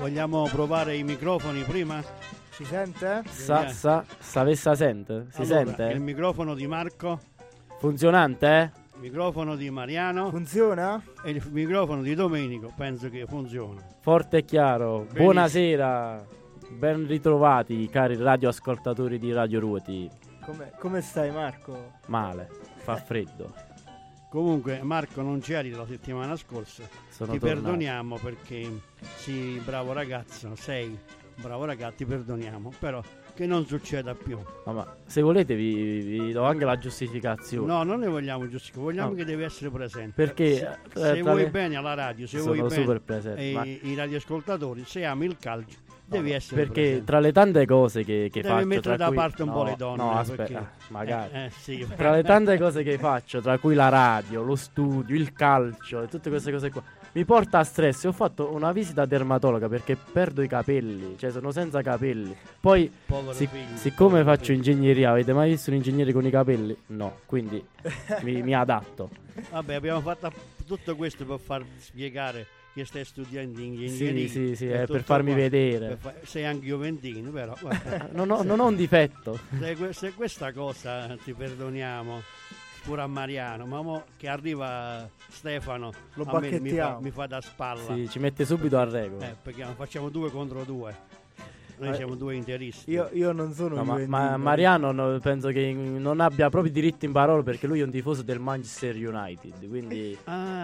Vogliamo provare i microfoni prima? Si sente? Savessa sente? Si Allora, sente? Il microfono di Marco, Funzionante? il microfono di Mariano Funziona? e il microfono di Domenico, penso che funziona. Forte e chiaro. Benissimo. Buonasera. Ben ritrovati, cari radioascoltatori di Radio Ruoti. Come stai, Marco? Male, fa freddo. Comunque Marco non c'eri la settimana scorsa, Sono ti tornato. perdoniamo perché sì, bravo ragazzo, sei un bravo ragazzo, ti perdoniamo, però che non succeda più. No, ma se volete vi do anche la giustificazione. No, non ne vogliamo giustificare, vogliamo No. che devi essere presente. Perché Se tra vuoi le- bene alla radio, se sono vuoi super bene presente. Ma i radioascoltatori, se ami il calcio, devi essere perché presente. tra le tante cose che Devi faccio, mettere tra da cui... parte un po' No, le donne, no, perché- aspetta, magari. Sì. Tra le tante cose che faccio, tra cui la radio, lo studio, il calcio e tutte queste cose qua, mi porta a stress. Ho fatto una visita dermatologa perché perdo i capelli, cioè sono senza capelli. Poi, Povero figlio, siccome povero faccio figlio. ingegneria, avete mai visto un ingegnere con i capelli? No, quindi mi adatto. Vabbè, abbiamo fatto tutto questo per far spiegare che stai studiando ingegneria. Sì, e è tutto per farmi qua. vedere. Sei anche juventino, però guarda, Non ho un difetto. se questa cosa ti perdoniamo, pure a Mariano, ma mo che arriva Stefano, Lo a me bacchettiamo. mi fa da spalla. Sì, ci mette subito a regola. Perché facciamo 2 contro 2. Noi siamo due interisti. Io non sono No, un ma juventino. Mariano penso che non abbia proprio diritti in parola perché lui è un tifoso del Manchester United, quindi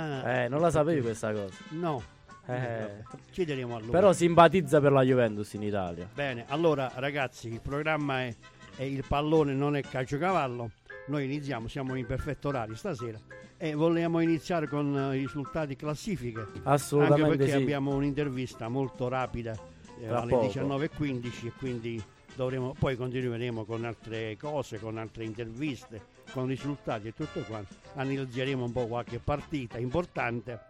non la sapevi questa cosa. No. Eh. Chiederemo a lui. Però simpatizza per la Juventus in Italia. Bene, allora ragazzi, il programma è il pallone non è calciocavallo. Noi iniziamo, siamo in perfetto orario stasera e vogliamo iniziare con i risultati classifiche. Assolutamente Anche perché sì. abbiamo un'intervista molto rapida Tra alle poco. 19:15 e quindi poi continueremo con altre cose, con altre interviste, con risultati e tutto quanto. Analizzeremo un po' qualche partita importante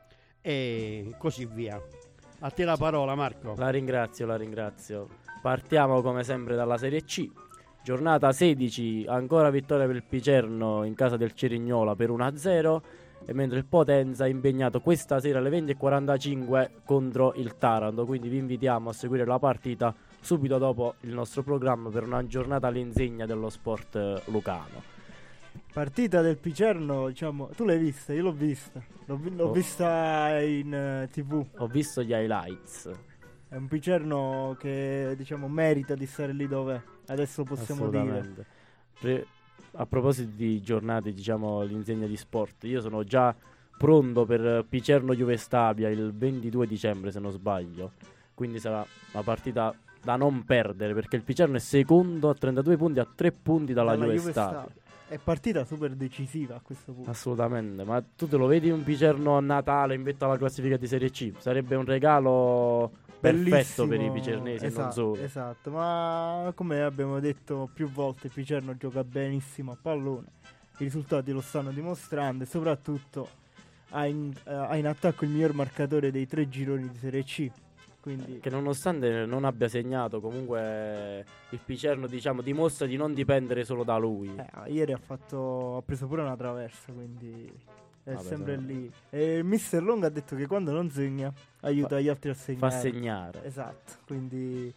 e così via. A te la parola, Marco. La ringrazio. Partiamo come sempre dalla Serie C. Giornata 16, ancora vittoria per il Picerno in casa del Cerignola per 1-0. E mentre il Potenza è impegnato questa sera alle 20:45 contro il Taranto. Quindi vi invitiamo a seguire la partita subito dopo il nostro programma per una giornata all'insegna dello sport lucano. Partita del Picerno, diciamo, tu l'hai vista? Io l'ho vista. L'ho vista in TV. Ho visto gli highlights. È un Picerno che, diciamo, merita di stare lì dov'è. Adesso lo possiamo dire. Assolutamente. A proposito di giornate, diciamo, l'insegna di sport, io sono già pronto per Picerno Juve Stabia il 22 dicembre se non sbaglio, quindi sarà una partita da non perdere perché il Picerno è secondo a 32 punti, a 3 punti dalla Juve Stabia. È partita super decisiva a questo punto. Assolutamente, ma tu te lo vedi un Picerno a Natale in vetta alla classifica di Serie C? Sarebbe un regalo perfetto Bellissimo. per i picernesi e non solo. Esatto, ma come abbiamo detto più volte, il Picerno gioca benissimo a pallone. I risultati lo stanno dimostrando e soprattutto ha in attacco il miglior marcatore dei 3 gironi di Serie C. Quindi Che nonostante non abbia segnato, comunque il Picerno, diciamo, dimostra di non dipendere solo da lui. ieri ha preso pure una traversa, quindi è Vabbè, sempre no. lì. E il mister Long ha detto che quando non segna aiuta gli altri a segnare. Fa segnare. Esatto, quindi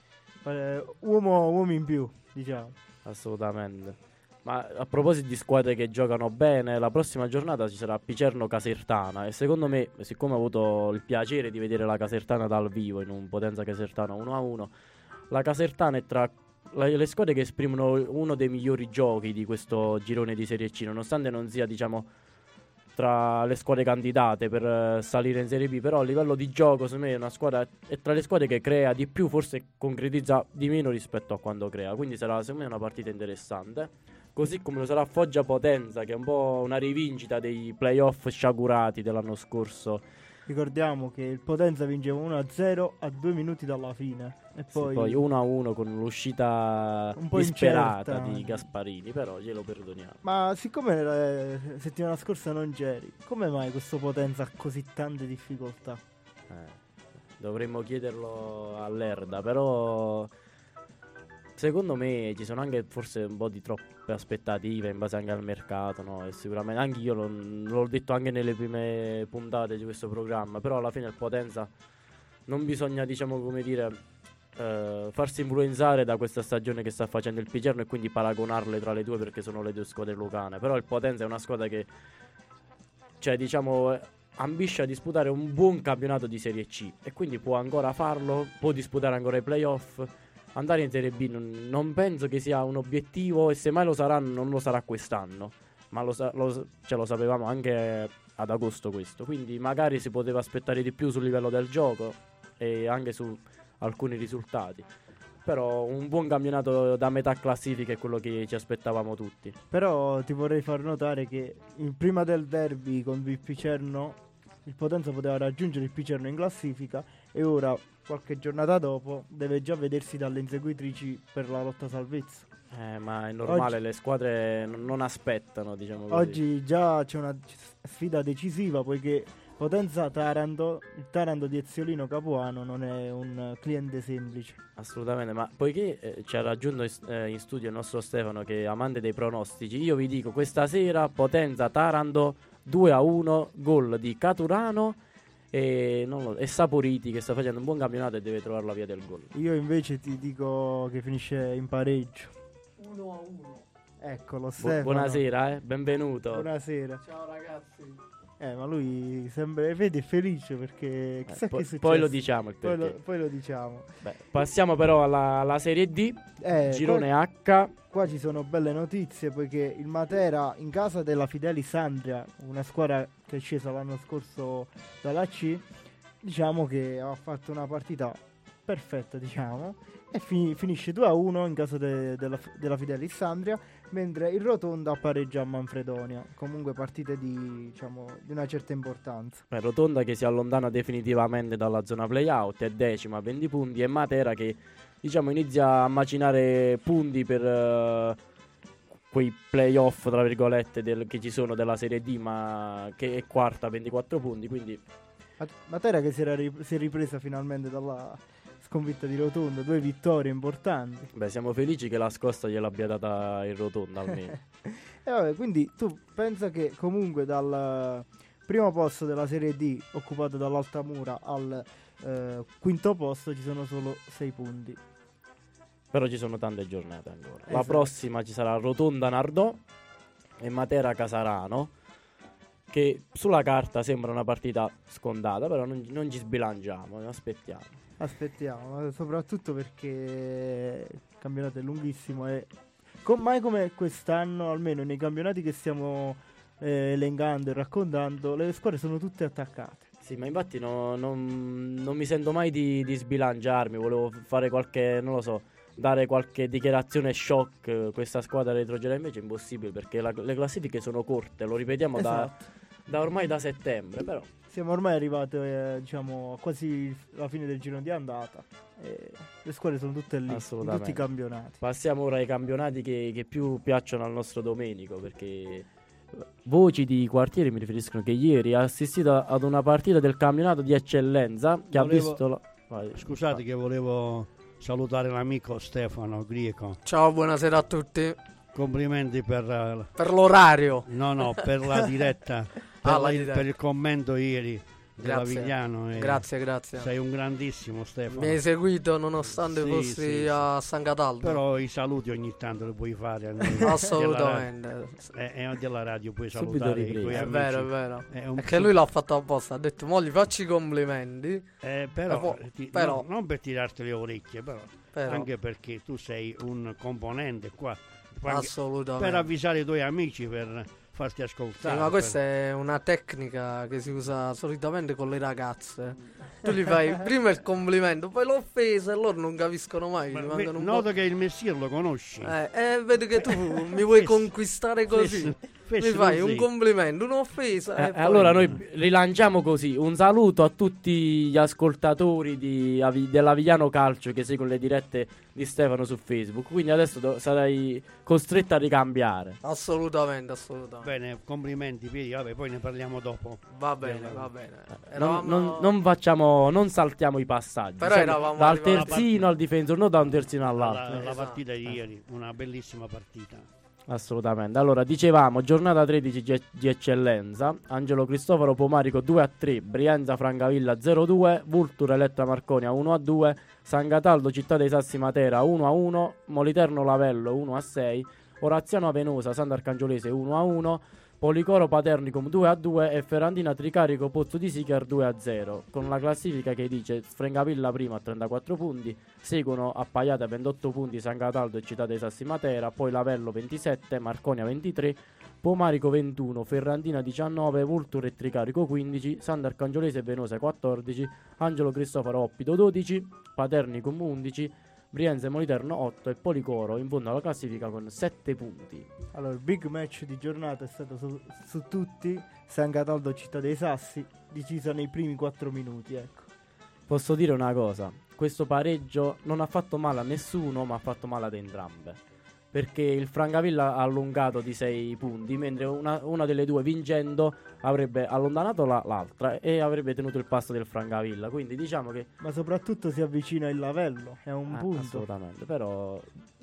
uomo in più, diciamo. Assolutamente. Ma a proposito di squadre che giocano bene, la prossima giornata ci sarà Picerno-Casertana e secondo me, siccome ho avuto il piacere di vedere la Casertana dal vivo in un Potenza Casertana 1-1, la Casertana è tra le squadre che esprimono uno dei migliori giochi di questo girone di Serie C, nonostante non sia, diciamo, tra le squadre candidate per salire in Serie B, però a livello di gioco secondo me è una squadra, è tra le squadre che crea di più, forse concretizza di meno rispetto a quando crea, quindi sarà secondo me una partita interessante. Così come lo sarà Foggia Potenza, che è un po' una rivincita dei playoff sciagurati dell'anno scorso. Ricordiamo che il Potenza vinceva 1-0 a 2 minuti dalla fine e poi, Poi 1-1 con l'uscita un po' disperata incerta. di Gasparini, però glielo perdoniamo. Ma siccome la settimana scorsa non c'eri, come mai questo Potenza ha così tante difficoltà? Dovremmo chiederlo all'Erda, però secondo me ci sono anche forse un po' di troppe aspettative in base anche al mercato, no? E sicuramente anche io l'ho detto anche nelle prime puntate di questo programma, però alla fine il Potenza non bisogna, diciamo, come dire, farsi influenzare da questa stagione che sta facendo il Picerno e quindi paragonarle tra le due, perché sono le due squadre lucane. Però il Potenza è una squadra che, cioè, diciamo, ambisce a disputare un buon campionato di Serie C e quindi può ancora farlo, può disputare ancora i playoff. Andare in Serie B non penso che sia un obiettivo, e se mai lo sarà non lo sarà quest'anno, ma lo sapevamo anche ad agosto questo, quindi magari si poteva aspettare di più sul livello del gioco e anche su alcuni risultati. Però un buon campionato da metà classifica è quello che ci aspettavamo tutti. Però ti vorrei far notare che prima del derby con il Picerno il Potenza poteva raggiungere il Picerno in classifica, e ora, qualche giornata dopo, deve già vedersi dalle inseguitrici per la lotta salvezza. Ma è normale, Oggi, le squadre non aspettano, diciamo così. Oggi già c'è una sfida decisiva, poiché Potenza-Taranto, il Taranto di Eziolino Capuano non è un cliente semplice. Assolutamente, ma poiché ci ha raggiunto in studio il nostro Stefano, che è amante dei pronostici, io vi dico questa sera Potenza-Taranto 2-1, gol di Caturano e Saporiti, che sta facendo un buon campionato e deve trovare la via del gol. Io invece ti dico che finisce in pareggio. 1-1. Eccolo, Stefano. Buonasera, benvenuto. Buonasera. Ciao ragazzi. Ma lui sembra, vedi, è felice perché chissà che succede. Poi lo diciamo il perché. Poi lo diciamo. Beh, passiamo però alla Serie D, girone H. Qua ci sono belle notizie, poiché il Matera, in casa della Fidelis Andria, una squadra che è scesa l'anno scorso dalla C, diciamo che ha fatto una partita perfetta, diciamo, e finisce 2-1 in casa della Fidelis Andria, mentre il Rotonda pareggia a Manfredonia. Comunque partite di una certa importanza. Rotonda che si allontana definitivamente dalla zona playout, è decima a 20 punti, e Matera che, diciamo, inizia a macinare punti per quei playoff, tra virgolette, che ci sono della Serie D, ma che è quarta a 24 punti, quindi Matera che si è ripresa finalmente dalla sconfitta di Rotonda, 2 vittorie importanti. Beh, siamo felici che la scossa gliel'abbia data il Rotonda almeno. E vabbè, quindi tu pensa che comunque dal primo posto della Serie D, occupato dall'Altamura, al quinto posto ci sono solo 6 punti. Però ci sono tante giornate ancora. La Esatto. prossima ci sarà Rotonda Nardò e Matera Casarano, che sulla carta sembra una partita scontata, però non ci sbilanciamo, aspettiamo. Soprattutto perché il campionato è lunghissimo e mai come quest'anno, almeno nei campionati che stiamo elencando e raccontando, le squadre sono tutte attaccate. Sì, ma infatti non mi sento mai di sbilanciarmi, volevo fare qualche, non lo so, dare qualche dichiarazione shock. Questa squadra retrogena invece è impossibile, perché le classifiche sono corte, lo ripetiamo Esatto. da ormai da settembre, però Siamo ormai arrivati diciamo quasi alla fine del giro di andata, le squadre sono tutte lì in tutti i campionati. Passiamo ora ai campionati che più piacciono al nostro Domenico, perché voci di quartiere mi riferiscono che ieri ha assistito ad una partita del campionato di eccellenza che ha visto Scusate che volevo salutare l'amico Stefano Grieco. Ciao, buonasera a tutti. Complimenti per l'orario. No, per la diretta, per il commento ieri dell'Avigliano. Grazie. Sei un grandissimo, Stefano. Mi hai seguito nonostante fossi a San Cataldo. Però i saluti ogni tanto li puoi fare a noi. Assolutamente. E della radio puoi Subito salutare i tuoi ripreso. È amici. vero. È che lui l'ha fatto apposta. Ha detto, mo gli faccio i complimenti. Però non per tirarti le orecchie, però Però. anche perché tu sei un componente qua. Assolutamente. Per avvisare i tuoi amici, per farti ascoltare. Sì, ma questa è una tecnica che si usa solitamente con le ragazze. Tu gli fai prima il complimento, poi l'offesa, e loro non capiscono mai. Noto che il mestiere lo conosci. Vedo che tu mi vuoi conquistare così. Mi fai un complimento, un'offesa. Allora noi rilanciamo così. Un saluto a tutti gli ascoltatori dell'Avigliano Calcio che seguono le dirette di Stefano su Facebook. Quindi adesso sarai costretto a ricambiare. Assolutamente. Bene, complimenti Pieri, vabbè, poi ne parliamo dopo. Va bene. Non saltiamo i passaggi. Però eravamo dal terzino al difensore, non da un terzino all'altro. La partita di ieri, una bellissima partita. Assolutamente. Allora, dicevamo, giornata 13 di eccellenza. Angelo Cristoforo Pomarico 2-3, Brienza Francavilla 0-2, Vulture Elettra Marconia 1-2, San Cataldo Città dei Sassi Matera 1-1, Moliterno Lavello 1-6, Oraziano Avenosa Sant'Arcangiolese 1-1, Policoro Paternicum 2-2 e Ferrandina Tricarico Pozzo di Sicar 2-0, con la classifica che dice Francavilla prima a 34 punti, seguono Appaiate a 28 punti San Cataldo e Città dei Sassi Matera, poi Lavello 27, Marconia 23, Pomarico 21, Ferrandina 19, Vulture e Tricarico 15, Sant'Arcangiolese e Venosa 14, Angelo Cristoforo Oppido 12, Paternicum 11, Brienza e Moliterno 8 e Policoro in fondo alla classifica con 7 punti. Allora, il big match di giornata è stato su tutti, San Cataldo Città dei Sassi, decisa nei primi 4 minuti, ecco. Posso dire una cosa, questo pareggio non ha fatto male a nessuno, ma ha fatto male ad entrambe. Perché il Francavilla ha allungato di 6 punti, mentre una delle due vincendo avrebbe allontanato l'altra e avrebbe tenuto il passo del Francavilla. Quindi diciamo che... Ma soprattutto si avvicina il Lavello, è un punto. Assolutamente, però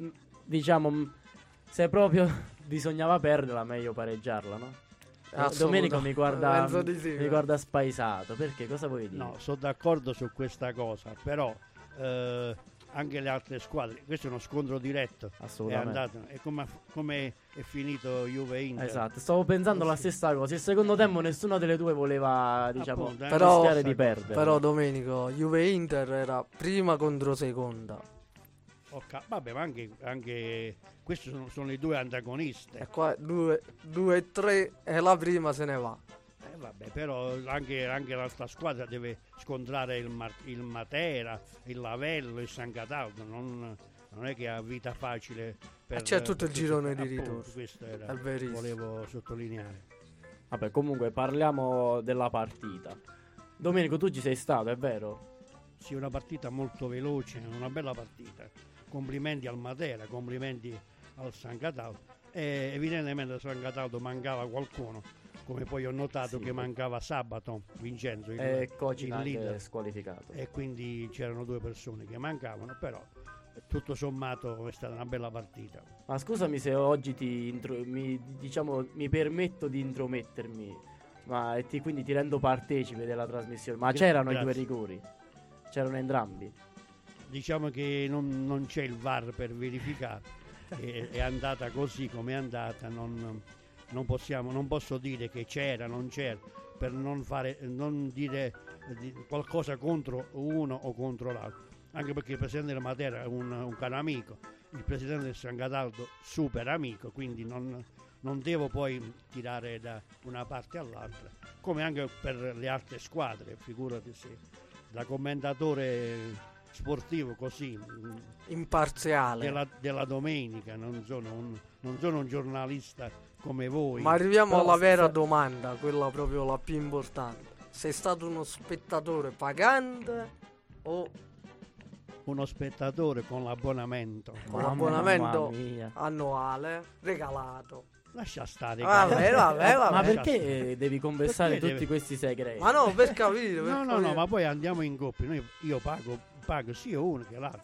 diciamo se proprio bisognava perderla meglio pareggiarla, no? Domenico mi guarda spaesato, perché cosa vuoi dire? No, sono d'accordo su questa cosa, però anche le altre squadre, questo è uno scontro diretto, Assolutamente. è come è finito Juve-Inter. Esatto, stavo pensando la stessa cosa. Il secondo tempo nessuna delle due voleva, diciamo, Appunto, rischiare di perdere. Però Domenico, Juve-Inter era prima contro seconda. Vabbè, ma anche questi sono i due antagoniste. E qua 2 e 3 e la prima se ne va. Vabbè, però anche l'altra squadra deve scontrare il Matera, il Lavello, il San Cataldo. Non è che ha vita facile. C'è tutto il girone di appunto, ritorno. Questo È verissimo. volevo sottolineare. Vabbè, comunque parliamo della partita. Domenico, tu ci sei stato, è vero? Sì, una partita molto veloce, una bella partita. Complimenti al Matera, complimenti al San Cataldo. E evidentemente al San Cataldo mancava qualcuno, come poi ho notato che mancava Sabato Vincenzo, il leader, è squalificato. E quindi c'erano 2 persone che mancavano, però tutto sommato è stata una bella partita. Ma scusami se oggi mi permetto di intromettermi, quindi ti rendo partecipe della trasmissione. Ma c'erano i 2 rigori? C'erano entrambi? Diciamo che non c'è il VAR per verificare. È andata così come è andata, non posso dire che c'era, non c'era, per non dire qualcosa contro uno o contro l'altro, anche perché il presidente della Matera è un caro amico, il presidente del San Cataldo super amico, quindi non devo poi tirare da una parte all'altra, come anche per le altre squadre, figurati se da commentatore sportivo così imparziale della domenica, non sono un giornalista come voi. Ma arriviamo alla vera domanda, quella proprio la più importante: sei stato uno spettatore pagante o uno spettatore con l'abbonamento? Con l'abbonamento annuale regalato? Lascia stare. Vabbè. Ma perché devi confessare tutti questi segreti? Ma no, per capire. No, ma poi andiamo in coppia. Io pago sia uno che l'altro.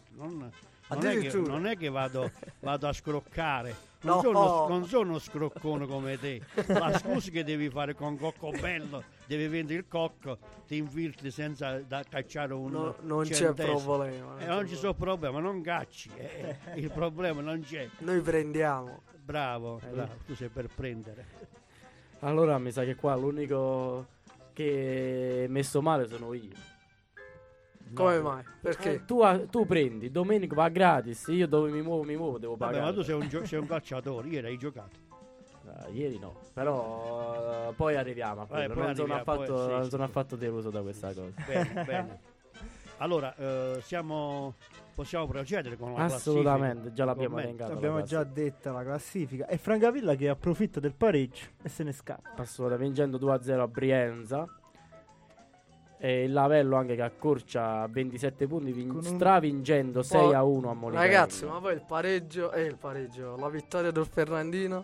Non è che vado a scroccare. Non sono scroccone come te. La scusa che devi fare con cocco bello, devi vendere il cocco, ti infiltri senza da cacciare un non c'è problema. Non ci sono problemi, non cacci. Il problema non c'è. Noi prendiamo. Bravo, tu sei per prendere. Allora mi sa che qua l'unico che è messo male sono io. Come mai? Perché? Tu prendi, Domenico va gratis, io dove mi muovo, devo pagare. Vabbè, ma tu sei un calciatore, ieri hai giocato. Ieri no, però poi arriviamo a quello. Non sono affatto deluso da questa cosa. Bene. Allora, possiamo procedere con la classifica? Assolutamente, già l'abbiamo elencata. L'abbiamo già detta la classifica. E Francavilla che approfitta del pareggio e se ne scappa. Assolutamente, vincendo 2-0 a Brienza. E il Lavello anche che accorcia a 27 punti, stravincendo 6-1 a Moliterno. Ragazzi, ma poi il pareggio, la vittoria del Ferrandino?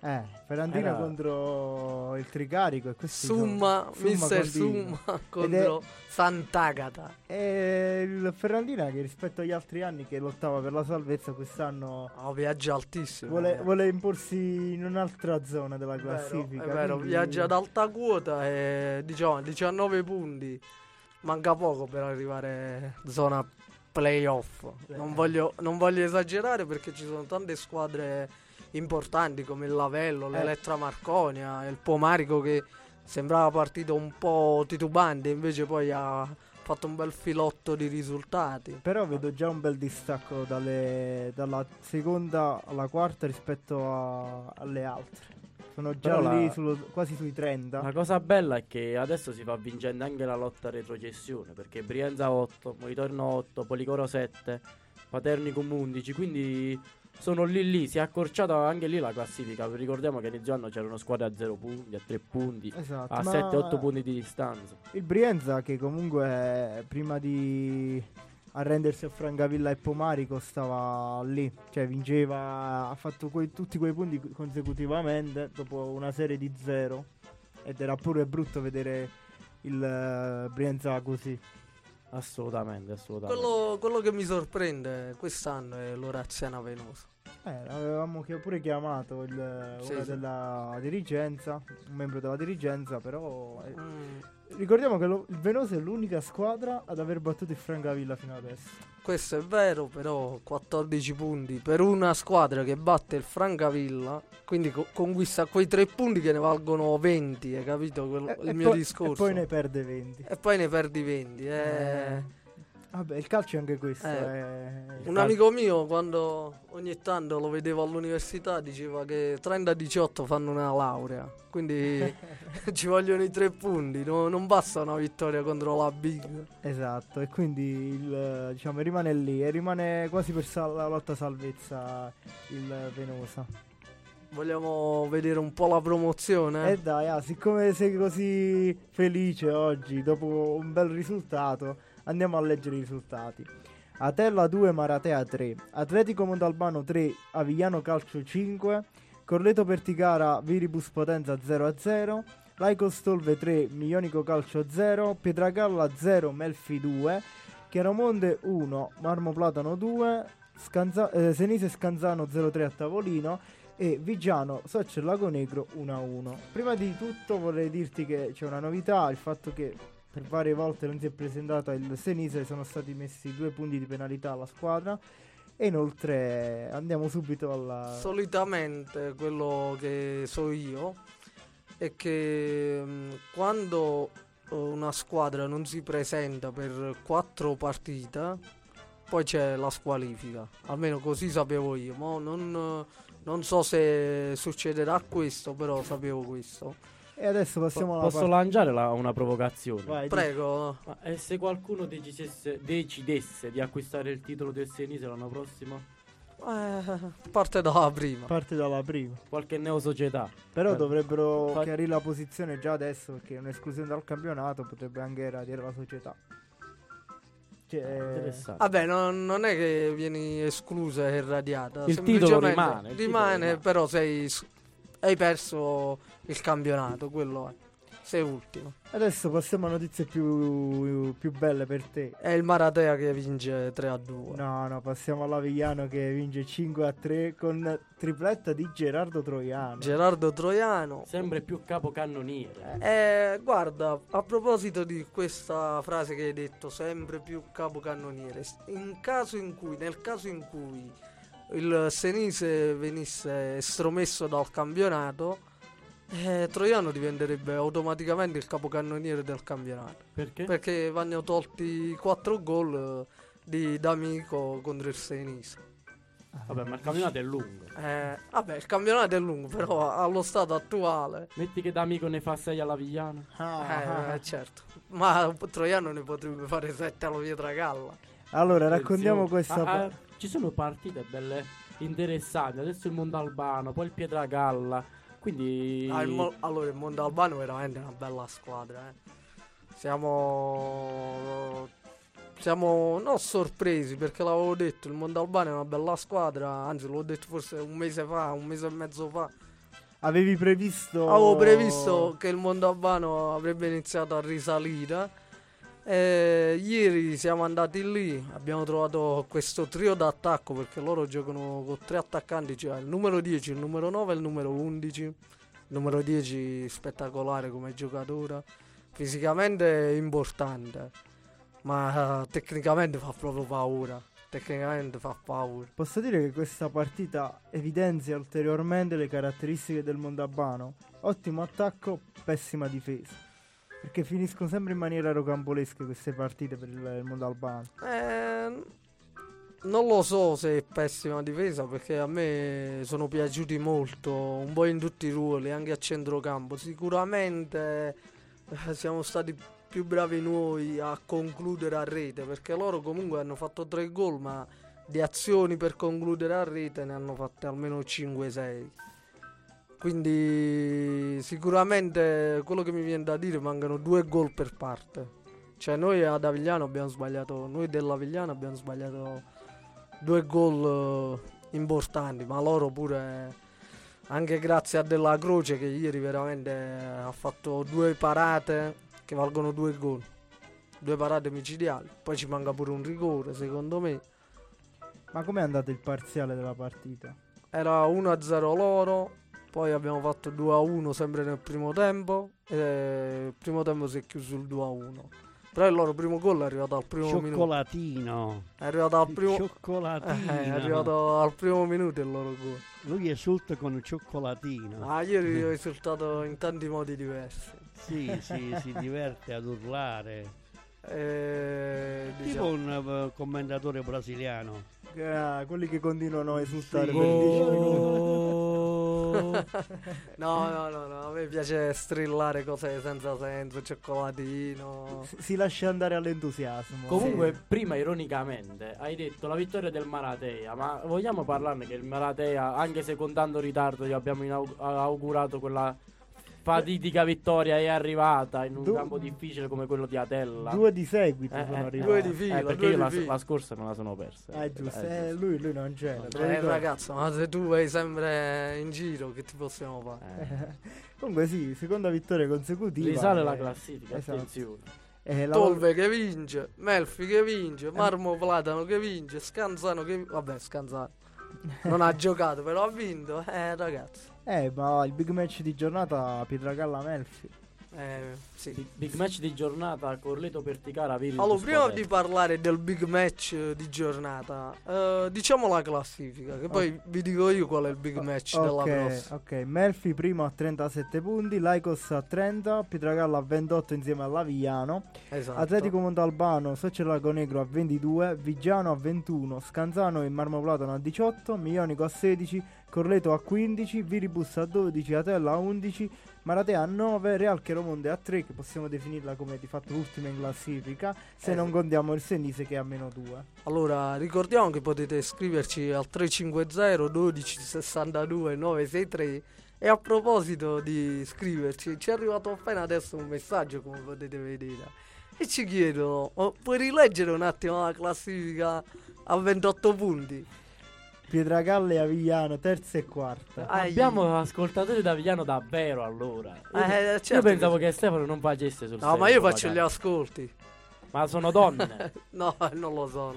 Ferrandina Era- contro il Tricarico e questi Summa, mister continua. Summa contro Sant'Agata. E il Ferrandina che rispetto agli altri anni che lottava per la salvezza quest'anno Viaggia altissimo. vuole imporsi in un'altra zona della È classifica. vero, quindi- viaggia ad alta quota e diciamo 19 punti. Manca poco per arrivare zona playoff. Non voglio esagerare perché ci sono tante squadre importanti come il Lavello, l'Elettra Marconia, il Pomarico che sembrava partito un po' titubante, invece poi ha fatto un bel filotto di risultati. Però vedo già un bel distacco dalla seconda alla quarta rispetto alle altre. Sono già Però lì quasi sui 30. La cosa bella è che adesso si fa vincente anche la lotta a retrocessione, perché Brienza 8, Molitorno 8, Policoro 7, Paternicum 11, quindi sono lì, si è accorciata anche lì la classifica. Ricordiamo che inizio anno c'erano squadre a 0 punti, a 3 punti, Esatto, a ma 7-8 punti di distanza. il Brienza che comunque prima di arrendersi a Francavilla e Pomarico stava lì, cioè vinceva, ha fatto tutti quei punti consecutivamente dopo una serie di 0 ed era pure brutto vedere il Brienza così. Assolutamente. Quello che mi sorprende quest'anno è l'Oraziana Venosa. Avevamo pure chiamato una della dirigenza, un membro della dirigenza, però ricordiamo che il Venosa è l'unica squadra ad aver battuto il Francavilla fino adesso. Questo è vero, però 14 punti per una squadra che batte il Francavilla, quindi conquista quei 3 punti che ne valgono 20, hai capito il mio discorso? E poi ne perde 20. E poi ne perdi 20. Vabbè, il calcio è anche questo. Un amico mio, quando ogni tanto lo vedevo all'università, diceva che 30-18 fanno una laurea. Quindi ci vogliono i 3 punti, non basta una vittoria contro la Big. Esatto, e quindi diciamo rimane lì e rimane quasi per la lotta salvezza il Venosa. Vogliamo vedere un po' la promozione? Dai, siccome sei così felice oggi, dopo un bel risultato, andiamo a leggere i risultati. Atella 2, Maratea 3, Atletico Montalbano 3, Avigliano Calcio 5, Corleto Perticara Viribus Potenza 0-0, Laico Stolve 3, Milionico Calcio 0, Pietragalla 0, Melfi 2, Chiaromonte 1, Marmo Platano 2, Senise Scanzano 0-3 a Tavolino e Vigiano Soccer Lago Negro 1-1. Prima di tutto vorrei dirti che c'è una novità, il fatto che per varie volte non si è presentata il Senise, sono stati messi 2 punti di penalità alla squadra e inoltre andiamo subito alla... Solitamente quello che so io è che quando una squadra non si presenta per 4 partite poi c'è la squalifica, almeno così sapevo io, ma non so se succederà questo, però sapevo questo. E adesso passiamo alla Posso lanciare una provocazione? Vai, Prego. Ma se qualcuno decidesse di acquistare il titolo del Senise l'anno prossimo? Parte dalla prima. parte dalla prima. Qualche neosocietà. Però dovrebbero Fa- chiarire la posizione già adesso, perché un'esclusione dal campionato potrebbe anche radere la società. Interessante. Vabbè, non è che vieni esclusa e irradiata. Il titolo semplicemente rimane, il titolo rimane. però hai perso il campionato, quello è. Sei ultimo. Adesso passiamo a notizie più belle per te. È il Maratea che vince 3-2. No, passiamo all'Avigliano che vince 5-3 con tripletta di Gerardo Troiano. Gerardo Troiano. Sempre più capocannoniere. Guarda, a proposito di questa frase che hai detto, sempre più capocannoniere, nel caso in cui il Senise venisse estromesso dal campionato, Troiano diventerebbe automaticamente il capocannoniere del campionato. Perché? Perché vanno tolti 4 gol di D'Amico contro il Senise. Vabbè, ma il campionato è lungo. Vabbè, il campionato è lungo, però allo stato attuale. Metti che D'Amico ne fa 6 alla Vigliana. Certo. Ma Troiano ne potrebbe fare 7 alla Pietragalla. Allora, raccontiamo questa... Ci sono partite belle interessanti. Adesso il Montalbano, poi il Pietragalla. Quindi Allora, il Montalbano è veramente una bella squadra. Siamo non sorpresi, perché l'avevo detto, il Montalbano è una bella squadra. Anzi, l'ho detto forse un mese e mezzo fa. Avevi previsto... Avevo previsto che il Mondovano avrebbe iniziato a risalire. Ieri siamo andati lì, abbiamo trovato questo trio d'attacco, perché loro giocano con 3 attaccanti, cioè il numero 10, il numero 9 e il numero 11. Il numero 10 spettacolare come giocatore, fisicamente importante, ma tecnicamente fa proprio paura. Tecnicamente fa paura. Posso dire che questa partita evidenzia ulteriormente le caratteristiche del Mondovano. Ottimo attacco, pessima difesa. Perché finiscono sempre in maniera rocambolesca queste partite per il Mondovano. Non lo so se è pessima difesa, perché a me sono piaciuti molto, un po' in tutti i ruoli, anche a centrocampo. Sicuramente siamo stati più bravi noi a concludere a rete, perché loro comunque hanno fatto 3 gol, ma di azioni per concludere a rete ne hanno fatte almeno 5-6. Quindi sicuramente quello che mi viene da dire, mancano 2 gol per parte. Cioè noi ad Avigliano abbiamo sbagliato, noi dell'Avigliano abbiamo sbagliato 2 gol importanti, ma loro pure, anche grazie a Della Croce che ieri veramente ha fatto 2 parate che valgono 2 gol, 2 parate micidiali. Poi ci manca pure un rigore, secondo me. Ma com'è andato il parziale della partita? Era 1-0 loro, poi abbiamo fatto 2-1 sempre nel primo tempo, e il primo tempo si è chiuso sul 2-1. Però il loro primo gol è arrivato al primo minuto. Cioccolatino. È arrivato al primo Cioccolatino. È arrivato al primo minuto il loro gol. Lui esulta con il cioccolatino. Ieri ho esultato in tanti modi diversi. Sì, si diverte ad urlare. Tipo Diciamo. un commentatore brasiliano. Quelli che continuano a esultare Sì. per 10 minuti. No, a me piace strillare cose senza senso, cioccolatino. Si lascia andare all'entusiasmo. Comunque, prima ironicamente hai detto la vittoria del Maratea, ma vogliamo parlarne che il Maratea, anche se con tanto ritardo, gli abbiamo augurato quella fatidica vittoria, è arrivata in un campo difficile come quello di Atella. 2 di seguito sono arrivati. 2 di fila, perché 2 io di fila. la scorsa me la sono persa. Giusto, lui non c'era. Ragazzo, ma se tu vai sempre in giro, che ti possiamo fare? Comunque sì, seconda vittoria consecutiva. Risale la classifica, esatto. attenzione. Tolve che vince, Melfi che vince, Marmo Platano che vince, Scanzano che vabbè, Scanzano non ha giocato, però ha vinto, ragazzi. Ma il big match di giornata Pietragalla Melfi. Sì. Big match di giornata, Corleto Perticara, Virtus. Allora, prima Spoleto. di parlare del big match di giornata, diciamo la classifica, che poi vi dico io qual è il big match della prossima. Ok, Melfi primo a 37 punti, Lycos a 30, Pietragalla a 28 insieme all'Avigliano, Esatto. Atletico Montalbano, Socio Lago Negro a 22, Viggiano a 21, Scanzano e Marmo Platano a 18, Mionico a 16, Corleto a 15, Viribus a 12, Atella a 11, Maratea a 9, Real Cheromonte a 3, che possiamo definirla come di fatto l'ultima in classifica, se non contiamo il Senise che è a meno 2. Allora, ricordiamo che potete scriverci al 350 12 62 963. E a proposito di scriverci, ci è arrivato appena adesso un messaggio, come potete vedere, e ci chiedono: puoi rileggere un attimo la classifica a 28 punti? Pietragalle e Avigliano, terza e quarta. Abbiamo ascoltatori da Avigliano davvero, allora. Certo. Io pensavo che Stefano non facesse sul No, ma io faccio gli ascolti. Ma sono donne. No, non lo so.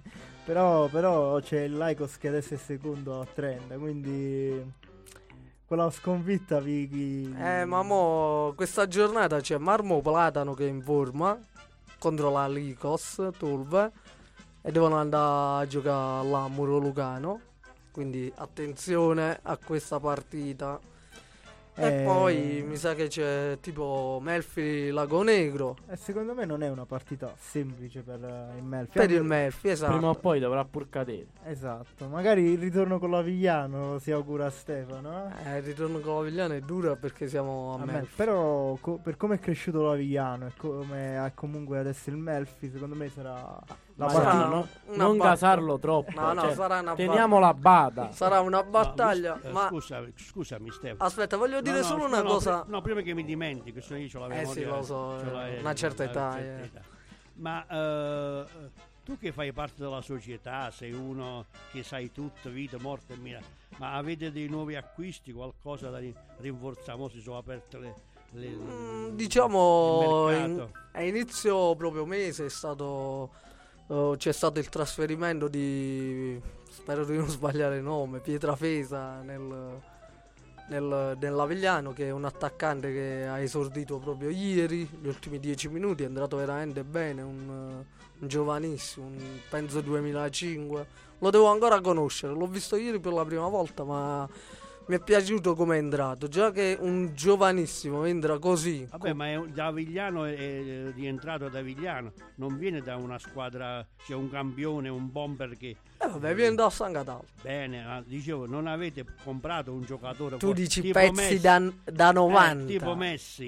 Però c'è il Lycos che adesso è secondo a 30, quindi quella sconfitta ma mo questa giornata c'è Marmo Platano che è in forma contro la Lycos Tolve e devono andare a giocare là a Muro Lucano, quindi attenzione a questa partita. E poi mi sa che c'è tipo Melfi Lago Negro. Secondo me non è una partita semplice per il Melfi. Per il Melfi, esatto. Prima o poi dovrà pur cadere. Esatto, magari il ritorno con l'Avigliano si augura a Stefano. Il ritorno con l'Avigliano è dura perché siamo a Melfi. Però per come è cresciuto l'Avigliano e come ha comunque adesso il Melfi, secondo me sarà la partita. Non gasarlo troppo. No, sarà una teniamola bada. Sarà una battaglia. Ma scusami Stefano. Aspetta, voglio dire solo una cosa. No, prima che mi dimentichi, se io ce l'avevo. Sì, lo so, una certa età. Ma tu che fai parte della società, sei uno che sai tutto, vita, morte e miracolo, ma avete dei nuovi acquisti, qualcosa da rinforzare? Mo si sono aperte diciamo il mercato. a inizio proprio mese c'è stato il trasferimento di, spero di non sbagliare il nome, Pietrafesa nell'Avigliano, che è un attaccante che ha esordito proprio ieri, gli ultimi 10 minuti, è entrato veramente bene, un giovanissimo, penso 2005, lo devo ancora conoscere, l'ho visto ieri per la prima volta, ma mi è piaciuto come è entrato, già che un giovanissimo entra così. Vabbè, ma da Avigliano è rientrato da Avigliano, non viene da una squadra, c'è un campione, un bomber che... Vabbè, viene da San Cataldo. Bene, dicevo, non avete comprato un giocatore... Tu dici tipo pezzi Messi, da 90. tipo Messi.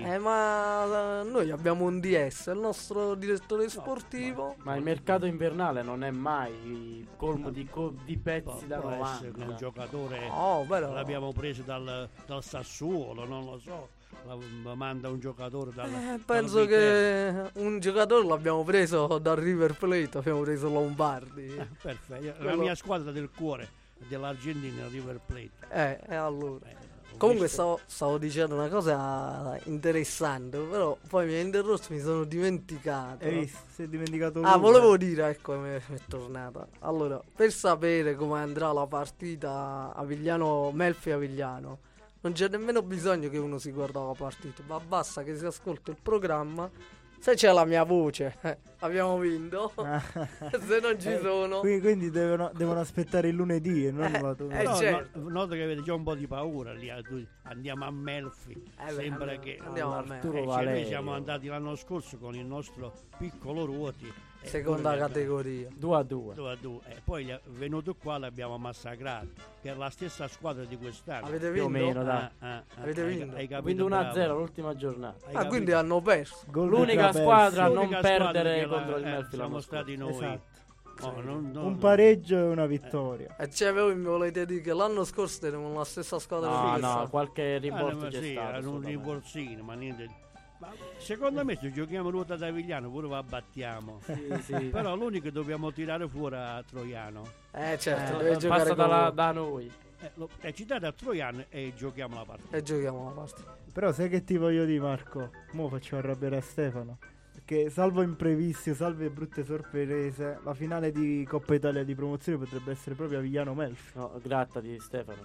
Ma noi abbiamo un DS, il nostro direttore sportivo. Ma il mercato invernale non è mai colmo di pezzi da Può 90. essere che un giocatore Però l'abbiamo preso dal Sassuolo, non lo so, manda un giocatore penso dal che un giocatore l'abbiamo preso dal River Plate, abbiamo preso Lombardi. perfetto, la mia squadra del cuore dell'Argentina, River Plate. E allora. Ho Comunque visto- stavo dicendo una cosa interessante, però poi mi hai interrotto, mi sono dimenticato. Hai visto? Si è dimenticato Ah, lui. volevo dire, ecco, mi è tornata. Allora, per sapere come andrà la partita Melfi-Avigliano, non c'è nemmeno bisogno che uno si guarda la partita, ma basta che si ascolta il programma. Se c'è la mia voce, abbiamo vinto. Se non ci sono, Quindi devono aspettare il lunedì e non la domenica. Però certo. noto che avete già un po' di paura lì, andiamo a Melfi, sembra che andiamo a Arturo me. noi Valerio. siamo andati l'anno scorso con il nostro piccolo Ruoti, Seconda categoria. 2-2. 2-2, e poi venuto qua l'abbiamo massacrato, che è la stessa squadra di quest'anno. Avete Più o vinto? meno, dai. Avete Hai- vinto? hai Ha capito, vinto 1-0 bravo. l'ultima giornata. Hai Ah, capito? quindi hanno perso. Gol di L'unica Traverso. squadra a non L'unica squadra perdere che contro il la- Melfi siamo l'anno stati scorso. noi. Esatto. Oh, Un pareggio e una vittoria. E cioè voi mi volete dire che l'anno scorso eravamo la stessa squadra di No, quest'anno? no, qualche rimborso ma c'è sì, stato. era un assolutamente. rimborsino, ma niente. Ma secondo me se giochiamo Ruota da Avigliano pure la battiamo. Sì, sì. Però l'unico che dobbiamo tirare fuori a Troiano. Certo, deve giocare Passa con da noi. Citate a Troiano e giochiamo la partita. e giochiamo la partita. Però sai che ti voglio dire, Marco? Mo faccio arrabbiare a Stefano. Perché salvo imprevisti, salve brutte sorprese, la finale di Coppa Italia di promozione potrebbe essere proprio Avigliano Melfi. No, grattati Stefano.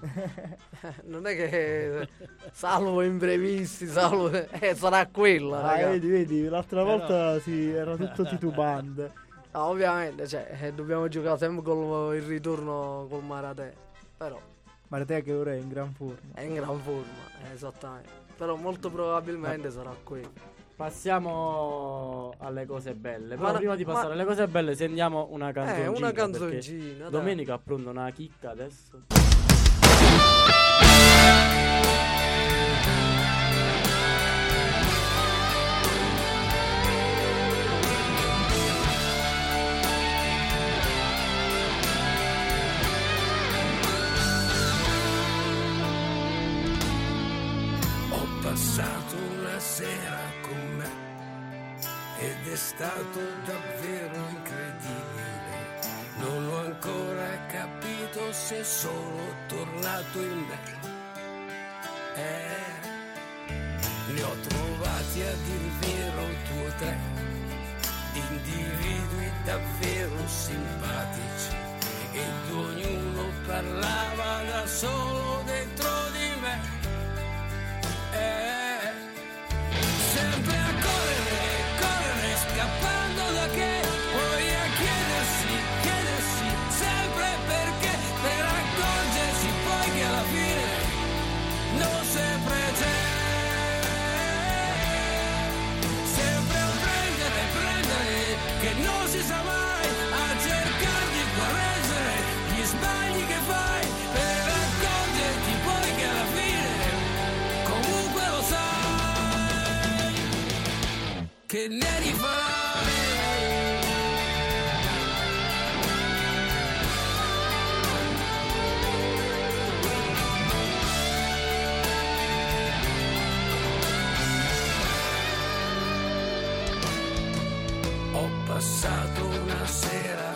Non è che salvo imprevisti, sarà quella, raga. Vedi, l'altra Però- volta era tutto titubante. No, ovviamente, dobbiamo giocare sempre con il ritorno col Maratè. Però Ma te che ora è in gran forma. è in gran forma, esattamente. Però molto probabilmente sarà quello. Passiamo alle cose belle. Ma Però no- prima di passare ma- alle cose belle, sentiamo una canzoncina. Una perché canzoncina. dai. Domenica ha pronto una chicca adesso. Ho passato una sera con me ed è stato davvero incredibile. Non ho ancora capito se sono tornato in me. Ne ho trovati a dir vero 2 o 3 individui davvero simpatici ed ognuno parlava da solo dentro di me. Sempre a correre, scappando da che, poi a chiedersi sempre perché, per accorgersi poi che alla fine non sempre c'è. Sempre a prendere, che non si sa mai, a cercare di correggere gli sbagli che fai, per accorgerti poi che alla fine comunque lo sai che ne rifarai. Ho passato una sera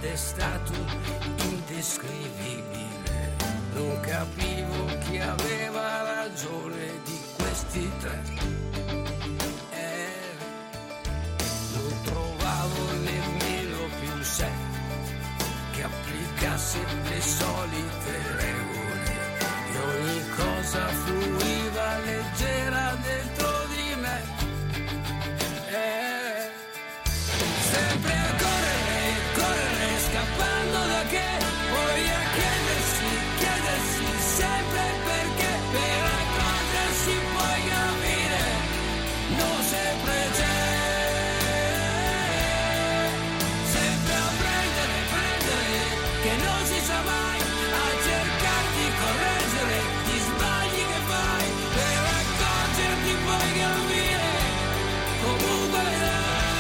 è stato indescrivibile. Non capivo chi aveva ragione di questi tre. Non trovavo nemmeno più un sé che applicasse le solite regole e ogni cosa fluiva leggera dentro di me. Sempre a correre, correre, scappando da che, poi a chiedersi sempre perché, per accorgersi poi capire, non sempre c'è. Sempre a prendere, che non si sa mai, a cercare di correggere gli sbagli che fai, per accorgerti poi capire, comunque vedrai.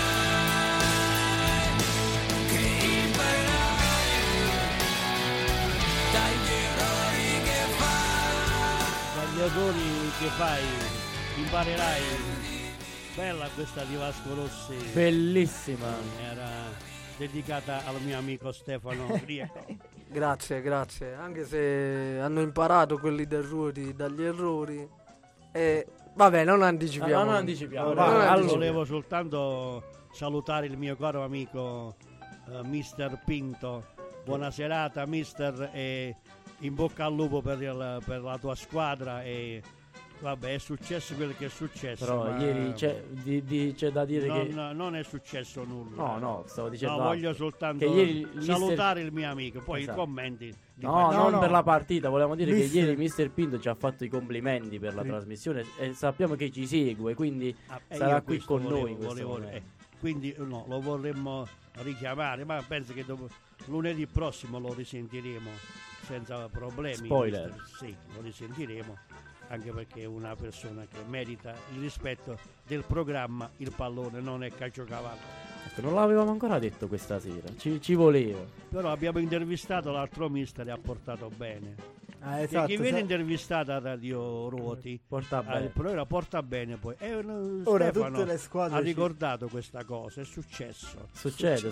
Dagli errori che fai imparerai. Bella questa di Vasco Rossi. Bellissima. Era dedicata al mio amico Stefano Grieco. Grazie, grazie. Anche se hanno imparato quelli del Ruoti dagli errori. E vabbè, non anticipiamo. Non anticipiamo. Ora, Vai, non allora. Volevo soltanto salutare il mio caro amico Mister Pinto. Buona serata mister, e in bocca al lupo per la tua squadra. E vabbè, è successo quello che è successo. Però ma ieri c'è da dire che non è successo nulla. no, stavo dicendo No, altro. voglio soltanto Che ieri salutare il mio amico, poi Esatto. i commenti li No, faccio. non per la partita, volevamo dire Mister- che ieri Mister Pinto ci ha fatto i complimenti per la trasmissione e sappiamo che ci segue, quindi sarà io qui questo con noi in questo volevo- momento. quindi no, lo vorremmo richiamare, ma penso che lunedì prossimo lo risentiremo senza problemi. Spoiler. Sì, lo risentiremo, anche perché è una persona che merita il rispetto del programma Il Pallone non è calciocavallo. Non l'avevamo ancora detto questa sera, ci voleva. Però abbiamo intervistato l'altro mister e ha portato bene. Ah, E esatto. chi viene intervistato a Radio Ruoti Porta bene. il programma porta bene poi. E Ora Stefano tutte le squadre ha ci- ricordato questa cosa, è successo. Succede.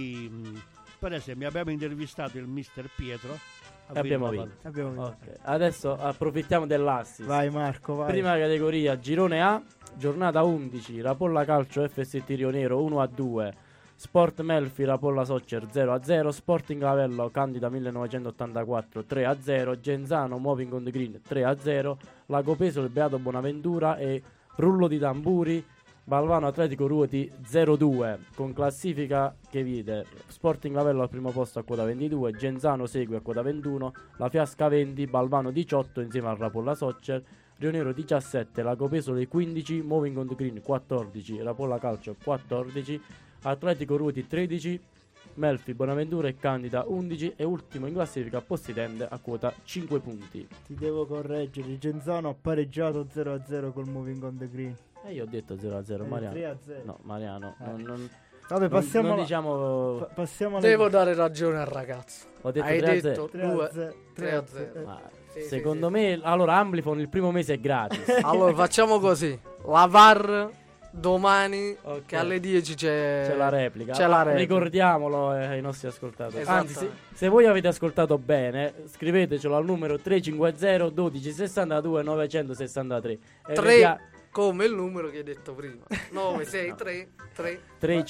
Per esempio abbiamo intervistato il mister Pietro E abbiamo vinto. vinto. Abbiamo vinto. Ok, adesso approfittiamo dell'assist. Vai Marco, vai. Prima categoria, girone A, giornata 11, Rapolla Calcio FS Tirio Nero 1-2, Sport Melfi Rapolla Soccer 0-0, Sporting Lavello Candida 1984 3-0, Genzano Moving on the Green 3-0, Lago Pesolo Beato Bonaventura e Rullo di Tamburi Balvano Atletico Ruoti 0-2, con classifica che vede Sporting Lavello al primo posto a quota 22, Genzano segue a quota 21, La Fiasca 20, Balvano 18 insieme al Rapolla Soccer, Rio Nero 17, Lago Pesole 15, Moving on the Green 14, Rapolla Calcio 14, Atletico Ruoti 13, Melfi, Bonaventura e Candida 11 e ultimo in classifica Postitende a quota 5 punti. Ti devo correggere, Genzano ha pareggiato 0-0 col Moving on the Green. E io ho detto 0-0, Mariano. 3-0. No, Mariano, non Vabbè, passiamo non alla- diciamo. passiamo alle Devo dare ragione al ragazzo. Ho detto Hai 3-0. detto 3-0. 3-0. Ma Sì, secondo sì, me, allora Amplifon il primo mese è gratis. Allora facciamo così. La VAR domani Ok. che alle 10 C'è la replica. C'è la replica. Ricordiamolo ai nostri ascoltatori. Anzi, Esattamente. se voi avete ascoltato bene, scrivetecelo al numero 350 12 62 963. E 3 vi pia- come il numero che hai detto prima. 9 6 3 3.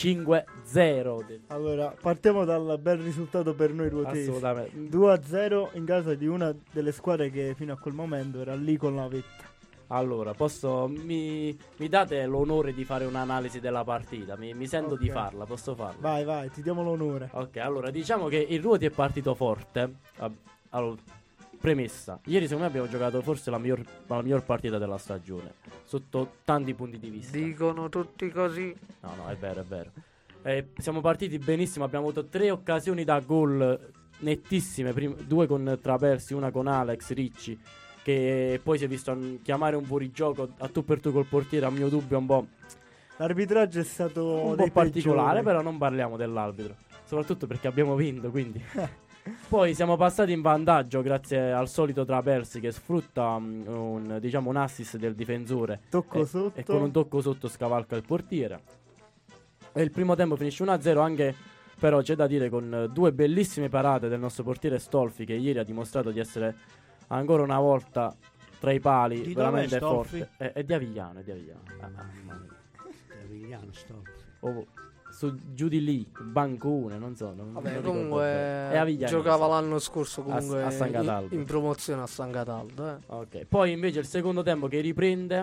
350 ho detto. Allora, partiamo dal bel risultato per noi ruotesi. Assolutamente. 2-0 in casa di una delle squadre che fino a quel momento era lì con la vetta. Allora, mi date l'onore di fare un'analisi della partita? Mi sento di Ok. farla, posso farla? Vai, ti diamo l'onore. Ok, allora diciamo che il Ruoti è partito forte. Allora, premessa: ieri secondo me abbiamo giocato forse la miglior partita della stagione, sotto tanti punti di vista. Dicono tutti così. No, è vero, è vero. Siamo partiti benissimo, abbiamo avuto 3 occasioni da gol nettissime, 2 con Trapersi, una con Alex Ricci, che poi si è visto chiamare un fuorigioco a tu per tu col portiere, a mio dubbio un po' L'arbitraggio è stato un po' dei particolare, peggiori. però non parliamo dell'arbitro, soprattutto perché abbiamo vinto, quindi. Poi siamo passati in vantaggio grazie al solito Trapersi che sfrutta un assist del difensore Tocco sotto. e con un tocco sotto scavalca il portiere. E il primo tempo finisce 1-0 anche Però c'è da dire, con due bellissime parate del nostro portiere Stolfi, che ieri ha dimostrato di essere ancora una volta tra i pali, Di veramente dov'è Stolfi? forte. È di Avigliano, è di Avigliano. Mamma mia. Avigliano, Stolfi. Oh, giù di lì, Bancone, non so. Non Vabbè, ricordo bene. È comunque Avigliano. giocava l'anno scorso comunque a San Cataldo. in promozione a San Cataldo. Ok, poi invece il secondo tempo che riprende,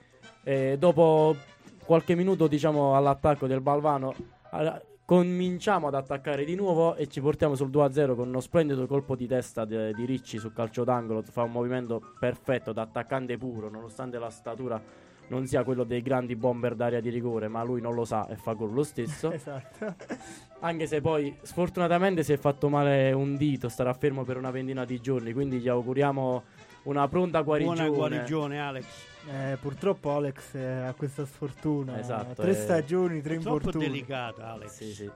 dopo qualche minuto diciamo all'attacco del Balvano, cominciamo ad attaccare di nuovo e ci portiamo sul 2-0 con uno splendido colpo di testa di Ricci sul calcio d'angolo. Fa un movimento perfetto da attaccante puro, nonostante la statura non sia quello dei grandi bomber d'area di rigore, ma lui non lo sa e fa gol lo stesso. Esatto. Anche se poi sfortunatamente si è fatto male un dito, starà fermo per una ventina di giorni, quindi gli auguriamo una pronta guarigione. Buona guarigione, Alex. Purtroppo Alex ha questa sfortuna. Esatto, 3 stagioni, 3 Troppo infortuni. delicata, Alex. Sì, sì.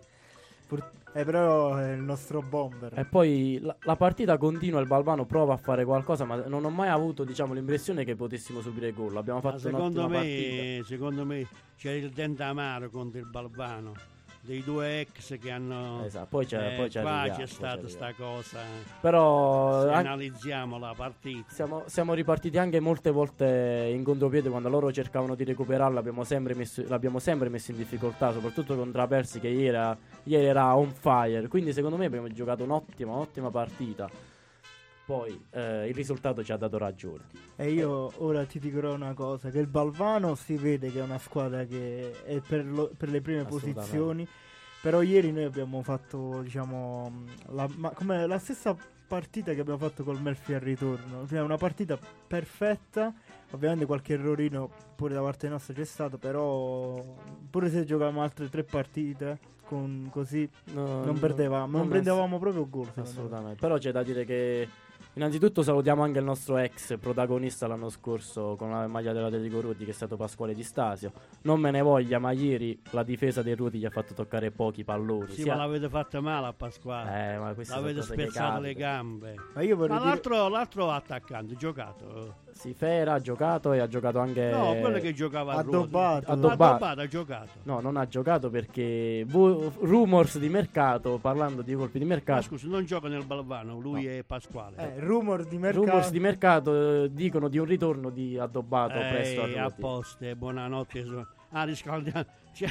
Però è il nostro bomber. E poi la partita continua, il Balvano prova a fare qualcosa, ma non ho mai avuto diciamo l'impressione che potessimo subire gol. Abbiamo Ma fatto un'ottima partita. secondo me c'è il dente amaro contro il Balvano, dei due ex che hanno. Esatto, poi c'è qua arriviamo, c'è poi stata ci sta arriviamo. cosa. Però Se an- analizziamo la partita. siamo ripartiti anche molte volte in contropiede quando loro cercavano di recuperarla. L'abbiamo sempre messo in difficoltà, soprattutto contro Persi, che ieri era on fire. Quindi secondo me abbiamo giocato un'ottima partita. Poi il risultato ci ha dato ragione. E io ora ti dirò una cosa, che il Balvano si vede che è una squadra che è per le prime Assolutamente. posizioni, però ieri noi abbiamo fatto, diciamo, come la stessa partita che abbiamo fatto col Melfi al ritorno, cioè una partita perfetta. Ovviamente qualche errorino pure da parte nostra c'è stato, però pure se giocavamo altre 3 partite così non prendevamo proprio gol, secondo me. Assolutamente. Però c'è da dire che innanzitutto salutiamo anche il nostro ex protagonista l'anno scorso con la maglia dell'Atletico Ruoti, che è stato Pasquale Di Stasio. Non me ne voglia, ma ieri la difesa dei Ruoti gli ha fatto toccare pochi palloni. Sì, ma l'avete fatta male a Pasquale. Ma queste sono L'avete cose che spezzato le capitano. gambe. Ma io vorrei Ma dire... l'altro attaccante, giocato. Sì, Fera ha giocato e ha giocato anche... No, quello che giocava a Ruoti. Addobbato. Addobbato. Ha giocato. No, non ha giocato perché rumors di mercato, parlando di colpi di Ma mercato, scusa, non gioca nel Balvano, lui è Pasquale. Rumors di mercato, dicono di un ritorno di Addobbato presto a a Ruoti. posto, buonanotte. Riscaldiamo.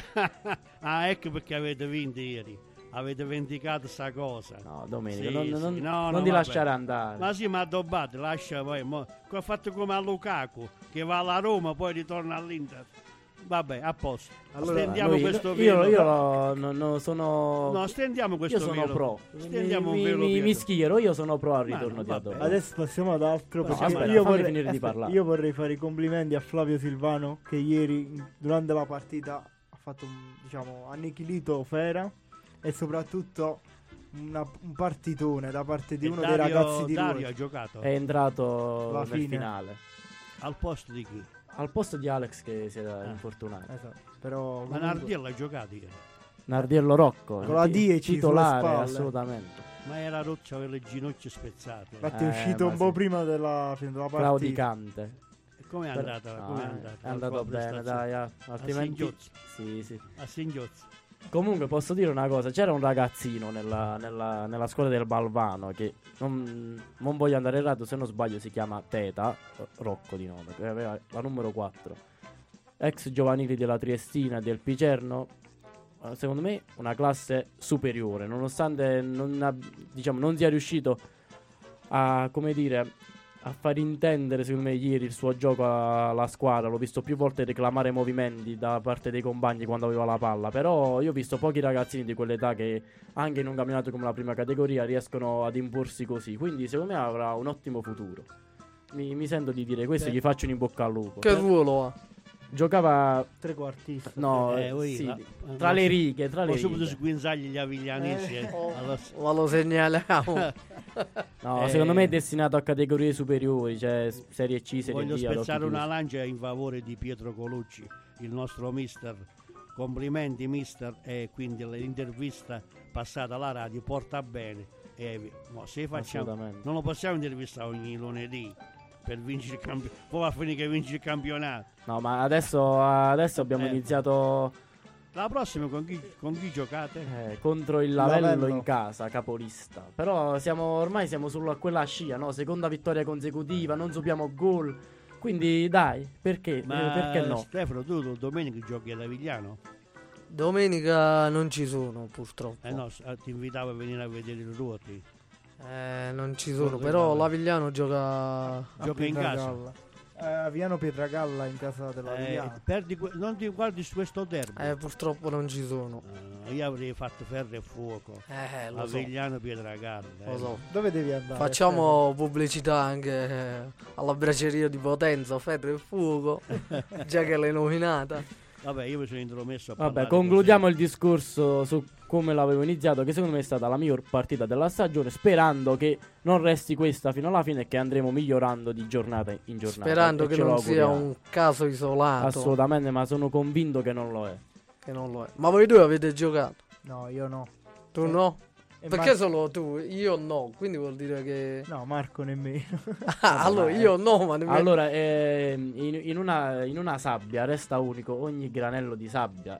Ecco perché avete vinto ieri. Avete vendicato sta cosa. No, Domenico, Sì, non sì. non No, ti vabbè. lasciare andare. Ma sì, ma addobbate, lascia poi. Ha fatto come a Lukaku, che va alla Roma, poi ritorna all'Inter. Vabbè, a posto. Allora, stendiamo questo io velo. sono... No, stendiamo questo io sono velo. pro. Stendiamo un mi, velo mi, pieno. mi schiero, io sono pro al ritorno no, di vabbè. Addobbato. Adesso passiamo ad altro. No, Perché aspetta, io fammi vorrei, finire di parlare. io vorrei fare i complimenti a Flavio Silvano, che ieri durante la partita ha fatto diciamo annichilito Fera e soprattutto un partitone da parte di E uno dei ragazzi di Dario Ruoti. ha giocato È entrato La nel fine. finale. al posto di chi? Al posto di Alex che si era infortunato. Esatto. Però Ma comunque- Nardiello ha giocato ieri. Nardiello Rocco. Con la 10 titolare, sulle spalle. assolutamente. Ma era rotto, aveva le ginocchia spezzate. infatti è uscito ma un po' sì. prima della fine della partita. Claudicante. E com'è Per- andata? no, Com'è è andata? è andato bene, dai, altrimenti Singhiozzo. sì, sì. A Singhiozzo. Comunque posso dire una cosa, c'era un ragazzino nella scuola del Balvano che non voglio andare errato, se non sbaglio si chiama Teta, Rocco di nome, che aveva la numero 4, ex giovanili della Triestina e del Picerno. Secondo me una classe superiore, nonostante non sia riuscito a, come dire, a far intendere secondo me ieri il suo gioco alla squadra. L'ho visto più volte reclamare movimenti da parte dei compagni quando aveva la palla, però io ho visto pochi ragazzini di quell'età che anche in un campionato come la prima categoria riescono ad imporsi così, quindi secondo me avrà un ottimo futuro. Mi sento di dire questo, gli faccio un in bocca al lupo. Che ruolo ha? Giocava Trequartista. no, Oi, sì, la- tra le righe, Ho subito righe. sguinzagli gli aviglianesi. Allora, Ma lo segnaliamo. No, Eh, secondo me è destinato a categorie superiori, cioè Serie C, Serie voglio D. ad occhi spezzare una chiusi. lancia in favore di Pietro Colucci, il nostro mister. Complimenti mister, e quindi l'intervista passata alla radio porta bene. E se facciamo, Assolutamente. non lo possiamo intervistare ogni lunedì per vincere il campionato. Poi va a finire che vince il campionato. No, ma adesso abbiamo Eh, iniziato La prossima con chi giocate? Contro il Lavello Lavello. in casa, capolista. Però ormai siamo solo a quella scia, no? Seconda vittoria consecutiva, non subiamo gol. Quindi dai, perché? Perché no? Stefano, tu domenica giochi ad Avigliano? Domenica non ci sono, purtroppo. No, ti invitavo a venire a vedere i ruoti. Non ci sono, Dove però gioca? l'Avigliano gioca... Gioca in casa. Pietragalla. Aviano Pietragalla in casa dell'Avigliano. Non ti guardi su questo derby. Purtroppo non ci sono. Io avrei fatto ferro e fuoco. Lo so, Avigliano Pietragalla. lo so. Dove devi andare? Facciamo pubblicità anche alla braceria di Potenza, Ferro e Fuoco, già che l'hai nominata. Vabbè, io mi sono intromesso a Vabbè, parlare concludiamo così. il discorso su come l'avevo iniziato, che secondo me è stata la miglior partita della stagione, sperando che non resti questa fino alla fine e che andremo migliorando di giornata in giornata. Sperando E che ce lo non sia auguriamo. un caso isolato. Assolutamente, ma sono convinto che non lo è. Che non lo è. Ma voi due avete giocato? No, io no. Tu no? E Perché solo tu? Io no, quindi vuol dire che... No, Marco nemmeno. allora io no, ma nemmeno... Allora, in una sabbia resta unico ogni granello di sabbia.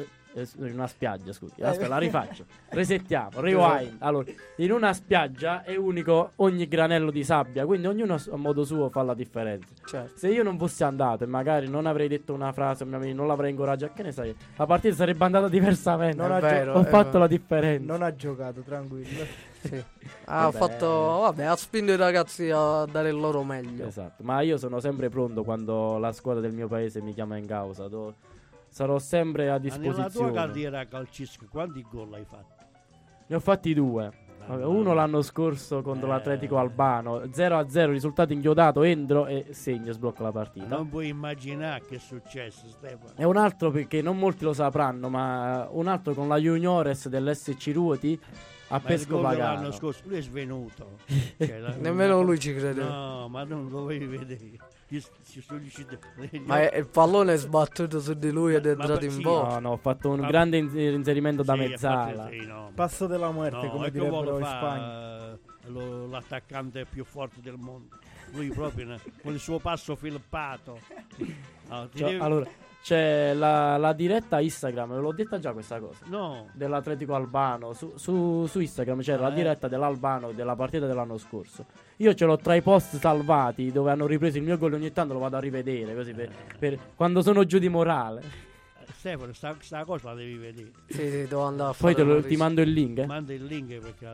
In una spiaggia, scusi. Aspetta, la rifaccio. Resettiamo, rewind. Allora, in una spiaggia è unico ogni granello di sabbia, quindi ognuno a modo suo fa la differenza. Certo. Se io non fossi andato e magari non avrei detto una frase, non l'avrei incoraggiato, che ne sai? La partita sarebbe andata diversamente. Non È ha vero, Ho è fatto vero. la differenza. Non ha giocato, tranquillo. Sì. Ha Vabbè. fatto... Vabbè, ha spinto i ragazzi a dare il loro meglio. Esatto, ma io sono sempre pronto quando la squadra del mio paese mi chiama in causa. Sarò sempre a Ma nella tua disposizione. carriera calcistica quanti gol hai fatto? Ne ho fatti 2. Mamma Uno mia. l'anno scorso contro l'Atletico Albano, 0-0, risultato inchiodato, entro e segno, sblocco la partita. Non puoi immaginare che è successo, Stefano. E un altro perché non molti lo sapranno, ma un altro con la Juniores dell'SC Ruoti a Ma il Pesco gol dell'anno Pagano. scorso, lui è svenuto. Cioè, Nemmeno lui ci crede. No, ma non lo dovevi vedere. Ci sono riuscito. Ma il pallone è sbattuto su di lui ed è Ma entrato in sì. bocca. No, no, ho fatto un Ma- grande inserimento da Sì, mezzala. infatti sì, no. Passo della muerte, No, come e che direbbero vuole in fa, Spagna. l'attaccante più forte del mondo. Lui proprio con il suo passo filpato. No, ti Cioè, devi- allora, c'è la diretta Instagram, ve l'ho detta già questa cosa. no, Dell'Atletico Albano su Instagram c'era la eh. diretta dell'Albano della partita dell'anno scorso. Io ce l'ho tra i post salvati dove hanno ripreso il mio gol, ogni tanto lo vado a rivedere così per quando sono giù di morale. Stefano, sta cosa la devi vedere. Sì, sì, devo andare a Poi fare una ti mando il link. Manda il link perché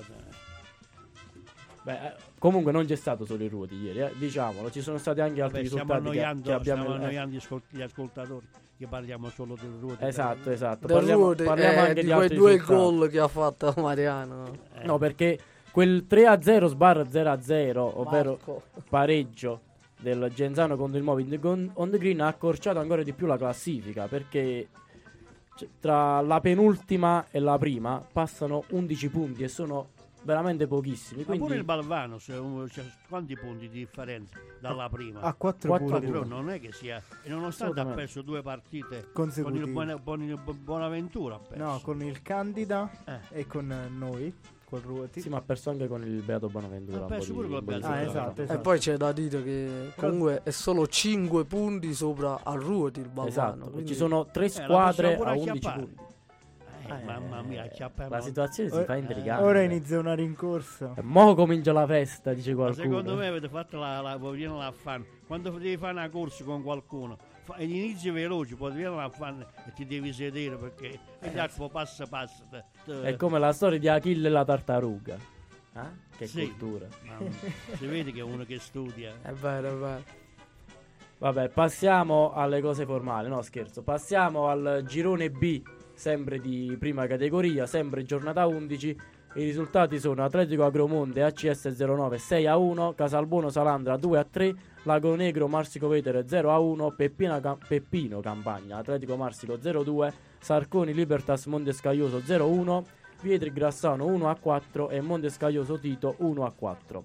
Beh, comunque non c'è stato solo il Ruoti ieri, diciamolo, ci sono stati anche altri stiamo risultati annoiando, che abbiamo stiamo annoiando gli ascoltatori che parliamo solo del ruolo. Esatto, esatto. Del Ruoti, parliamo anche di di quei altri due risultati. gol che ha fatto Mariano. No, perché quel 3-0 sbarra 0-0, ovvero Marco. pareggio del Genzano contro il Movi on the Green ha accorciato ancora di più la classifica, perché tra la penultima e la prima passano 11 punti e sono veramente pochissimi. Ma Quindi pure il Balvano, c'è quanti punti di differenza dalla prima? A 4 Quattro punti. Però non è che sia. E nonostante ha Assolutamente. perso 2 partite Consecutivi. con il Bonaventura. Ha perso. No, con il Candida Eh. e con noi, col Ruoti. sì, ma ha perso anche con il Beato Bonaventura. Ha un po' perso di- pure col un po' di Beato soldi. Esatto, E esatto. poi c'è da dire che comunque è solo 5 punti sopra al Ruoti il Balvano. Esatto, quindi- ci sono 3 la squadre possiamo a pure 11 acchiappare. punti. Mamma mia, La situazione si fa intrigante. Ora inizia una rincorsa. E mo comincia la festa, dice Ma qualcuno. secondo me avete fatto voi viene la fan. Quando devi fare una corsa con qualcuno, inizi veloce, poi viene la fan e ti devi sedere perché gli altri passa. È come la storia di Achille e la tartaruga. Che Sì. cultura. Mamma, si vede che è uno che studia. È vero, è vero. Vabbè, passiamo alle cose formali. No, scherzo. Passiamo al girone B, sempre di prima categoria, sempre giornata 11. I risultati sono Atletico Agromonte ACS 09 6-1, Casalbuono Salandra 2-3, Lago Negro Marsico Vetere 0-1, Peppino Campagna Atletico Marsico 0-2, Sarconi Libertas Montescaglioso 0-1, Vietri Grassano 1-4 e Montescaglioso Tito 1-4.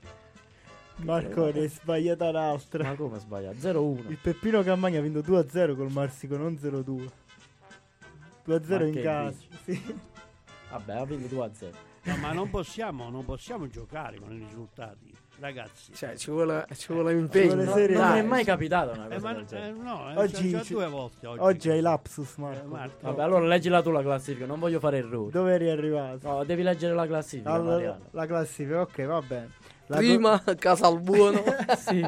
Marco, ne è sbagliata l'altra. Ma come sbaglia? 0-1. Il Peppino Campagna ha vinto 2-0 col Marsico, non 0-2. 2-0 Ma in che casa. dici? Sì. Vabbè, ha vinto 2-0. No, ma non possiamo giocare con i risultati. ragazzi. Cioè, ci vuole impegno. vuole No, serietà. non è Dai. mai capitata una cosa Ma del genere. no, Oggi già ci- 2 volte Oggi hai lapsus, Marco. Marco. Vabbè, allora leggila tu la classifica, non voglio fare errori. Dove eri arrivato? No, devi leggere la classifica, Allora, Mariano. la classifica, ok, va bene. Prima Casalbuono. Sì.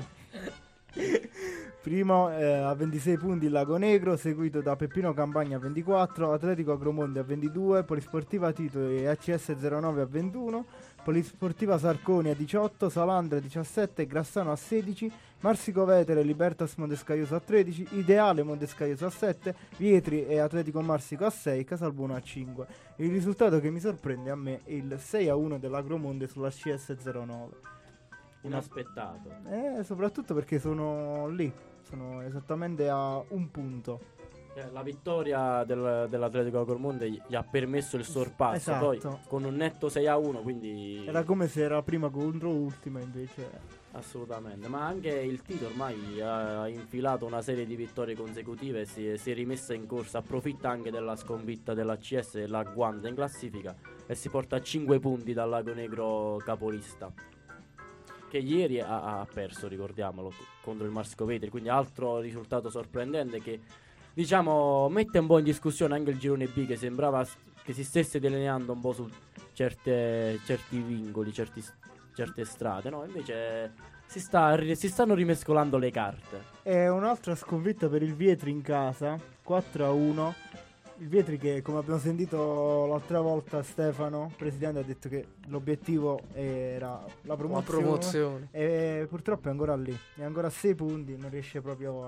Primo a 26 punti il Lago Negro, seguito da Peppino Campagna a 24, Atletico Agromonte a 22, Polisportiva Tito e ACS 09 a 21, Polisportiva Sarconi a 18, Salandra a 17, Grassano a 16, Marsico Vetere e Libertas Montescaioso a 13, Ideale Montescaioso a 7, Vietri e Atletico Marsico a 6, Casalbuono a 5. Il risultato che mi sorprende a me è il 6-1 dell'Agromonte sulla CS 09. Inaspettato. Soprattutto perché sono lì, sono esattamente a un punto. La vittoria dell'Atletico Agromonte gli ha permesso il sorpasso. Esatto. Poi con un netto 6-1, quindi Era come se era prima contro ultima, invece assolutamente. Ma anche il Tito ormai ha infilato una serie di vittorie consecutive e si è rimessa in corsa. Approfitta anche della sconfitta dell'ACS e la guanta in classifica e si porta a 5 punti dal Lago Negro capolista, che ieri ha perso, ricordiamolo, contro il Marsico Vetri. Quindi altro risultato sorprendente che, diciamo, mette un po' in discussione anche il girone B, che sembrava che si stesse delineando un po' su certi vincoli, certe strade, no? Invece si stanno rimescolando le carte. è un'altra sconfitta per il Vietri in casa, 4-1. Il Vietri che, come abbiamo sentito l'altra volta, Stefano, presidente, ha detto che l'obiettivo era la Una promozione. promozione. E purtroppo è ancora lì, è ancora a 6 punti, non riesce proprio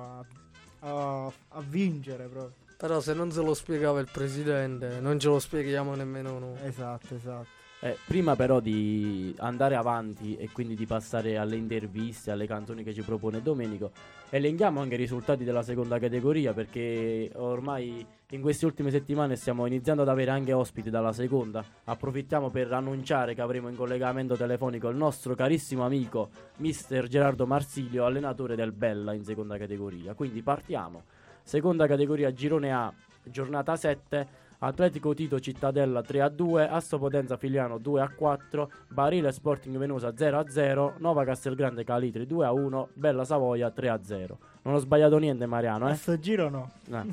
a vincere proprio. Però se non se lo spiegava il presidente, non ce lo spieghiamo nemmeno noi. Esatto. Prima però di andare avanti e quindi di passare alle interviste, alle canzoni che ci propone Domenico, elenchiamo anche i risultati della seconda categoria, perché ormai in queste ultime settimane stiamo iniziando ad avere anche ospiti dalla seconda. Approfittiamo per annunciare che avremo in collegamento telefonico il nostro carissimo amico mister Gerardo Marsilio, allenatore del Bella in seconda categoria. Quindi partiamo. Seconda categoria, girone A, giornata 7. Atletico Tito Cittadella 3-2, Asso Potenza Filiano 2-4, Barile Sporting Venosa 0-0, Nova Castelgrande Calitri 2-1, Bella Savoia 3-0. Non ho sbagliato niente, Mariano, A sto giro no.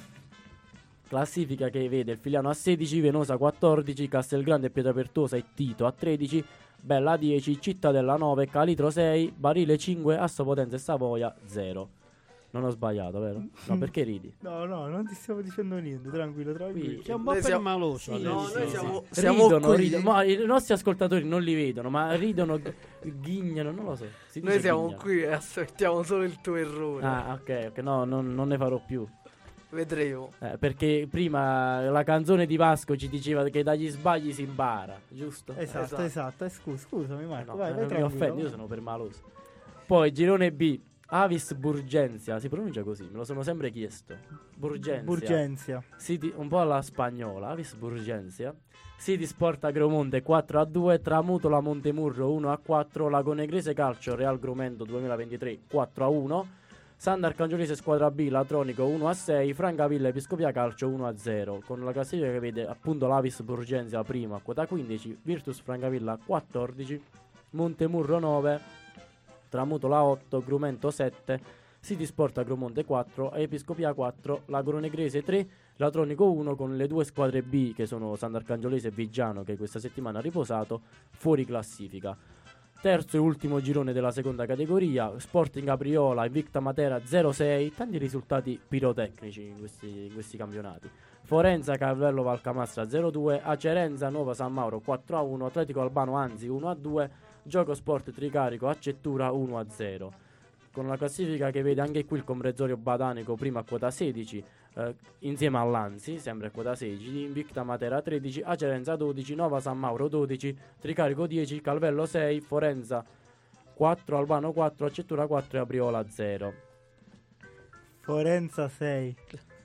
Classifica che vede il Filiano a 16, Venosa a 14, Castelgrande, Pietrapertosa e Tito a 13, Bella a 10, Cittadella 9, Calitro 6, Barile 5, Asso Potenza e Savoia 0. Non ho sbagliato, vero? No, perché ridi? No, non ti stiamo dicendo niente, tranquillo. Qui- C'è un po' Noi siamo- permaloso Sì, adesso. No, noi sì. siamo Ridono, qui. ridono. Ma i nostri ascoltatori non li vedono, ma ridono, ghignano, non lo so. Si dice Noi siamo ghignano. qui e aspettiamo solo il tuo errore. Ah, ok, no, non ne farò più. Vedremo. Perché prima la canzone di Vasco ci diceva che dagli sbagli si impara, giusto? Esatto. Scusami Marco, No, vai non mi tranquillo. offendo, io sono permaloso. Poi girone B, Avis Burgenzia, si pronuncia così, me lo sono sempre chiesto. Burgenzia. Un po' alla spagnola, Avis Burgenzia. City Sport Agromonte 4-2, Tramutola Montemurro 1-4, Lagonegrese Calcio Real Grumento 2023 4-1, Sant'Arcangiolese Squadra B Latronico 1-6, Francavilla Episcopia Calcio 1-0, con la classifica che vede appunto l'Avis Burgenzia prima a quota 15, Virtus Francavilla 14, Montemurro 9, Tramutola 8, Grumento 7, City Sport Agromonte 4, Episcopia 4, Lagonegrese 3, Latronico 1, con le due squadre B che sono Sant'Arcangiolese e Viggiano, che questa settimana ha riposato, fuori classifica. Terzo e ultimo girone della seconda categoria, Sporting Abriola, Invicta Matera 0-6, tanti risultati pirotecnici in questi campionati. Forenza Carvello Valcamastra 0-2, Acerenza Nuova San Mauro 4-1, Atletico Albano Anzi 1-2, Gioco Sport Tricarico Accettura 1-0. Con la classifica che vede anche qui il Comprensorio Badanico prima a quota 16, insieme all'Anzi, sempre a quota 16, Invicta Matera 13, Acerenza 12, Nova San Mauro 12, Tricarico 10, Calvello 6, Forenza 4, Albano 4, Accettura 4 e Abriola 0. Forenza 6.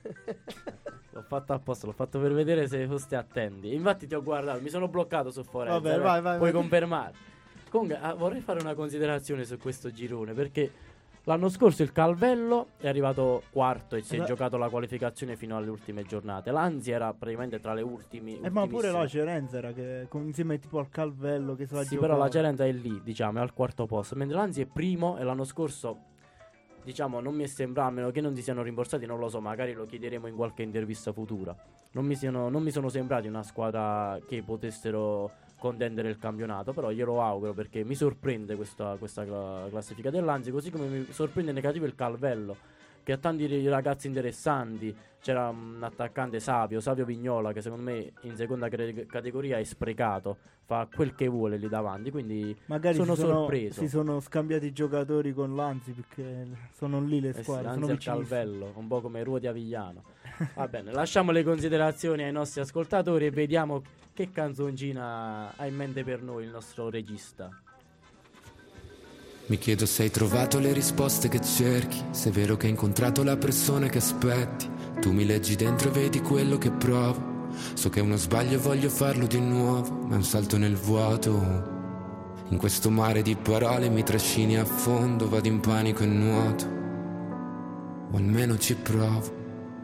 L'ho fatto apposta, l'ho fatto per vedere se foste attenti. Infatti ti ho guardato, mi sono bloccato su Forenza. Vabbè, vai. Puoi confermare. Comunque vorrei fare una considerazione su questo girone, perché L'anno scorso il Calvello è arrivato quarto e si è Esatto. giocato la qualificazione fino alle ultime giornate. L'Anzi era praticamente tra le Ma pure ultimissime. la Cerenza era che insieme tipo al Calvello che se la Sì, giocava. però la Cerenza è lì, diciamo, è al quarto posto, mentre l'Anzi è primo e l'anno scorso, diciamo, non mi è sembrato, a meno che non si siano rimborsati, non lo so, magari lo chiederemo in qualche intervista futura. Non mi sono sembrati una squadra che potessero contendere il campionato, però glielo auguro perché mi sorprende questa classifica dell'Anzi, così come mi sorprende negativo il Calvello, che ha tanti ragazzi interessanti. C'era un attaccante Savio Vignola, che secondo me in seconda categoria è sprecato, fa quel che vuole lì davanti, quindi Magari sono si sono, sorpreso. si sono scambiati i giocatori con l'Anzi perché sono lì le Sì, squadre. anzi sono al vicinissime. Calvello, un po' come Ruoti Avigliano. Va bene, lasciamo le considerazioni ai nostri ascoltatori e vediamo che canzoncina ha in mente per noi il nostro regista. Mi chiedo se hai trovato le risposte che cerchi, se è vero che hai incontrato la persona che aspetti. Tu mi leggi dentro e vedi quello che provo. So che è uno sbaglio e voglio farlo di nuovo, ma è un salto nel vuoto. In questo mare di parole mi trascini a fondo, vado in panico e nuoto, o almeno ci provo.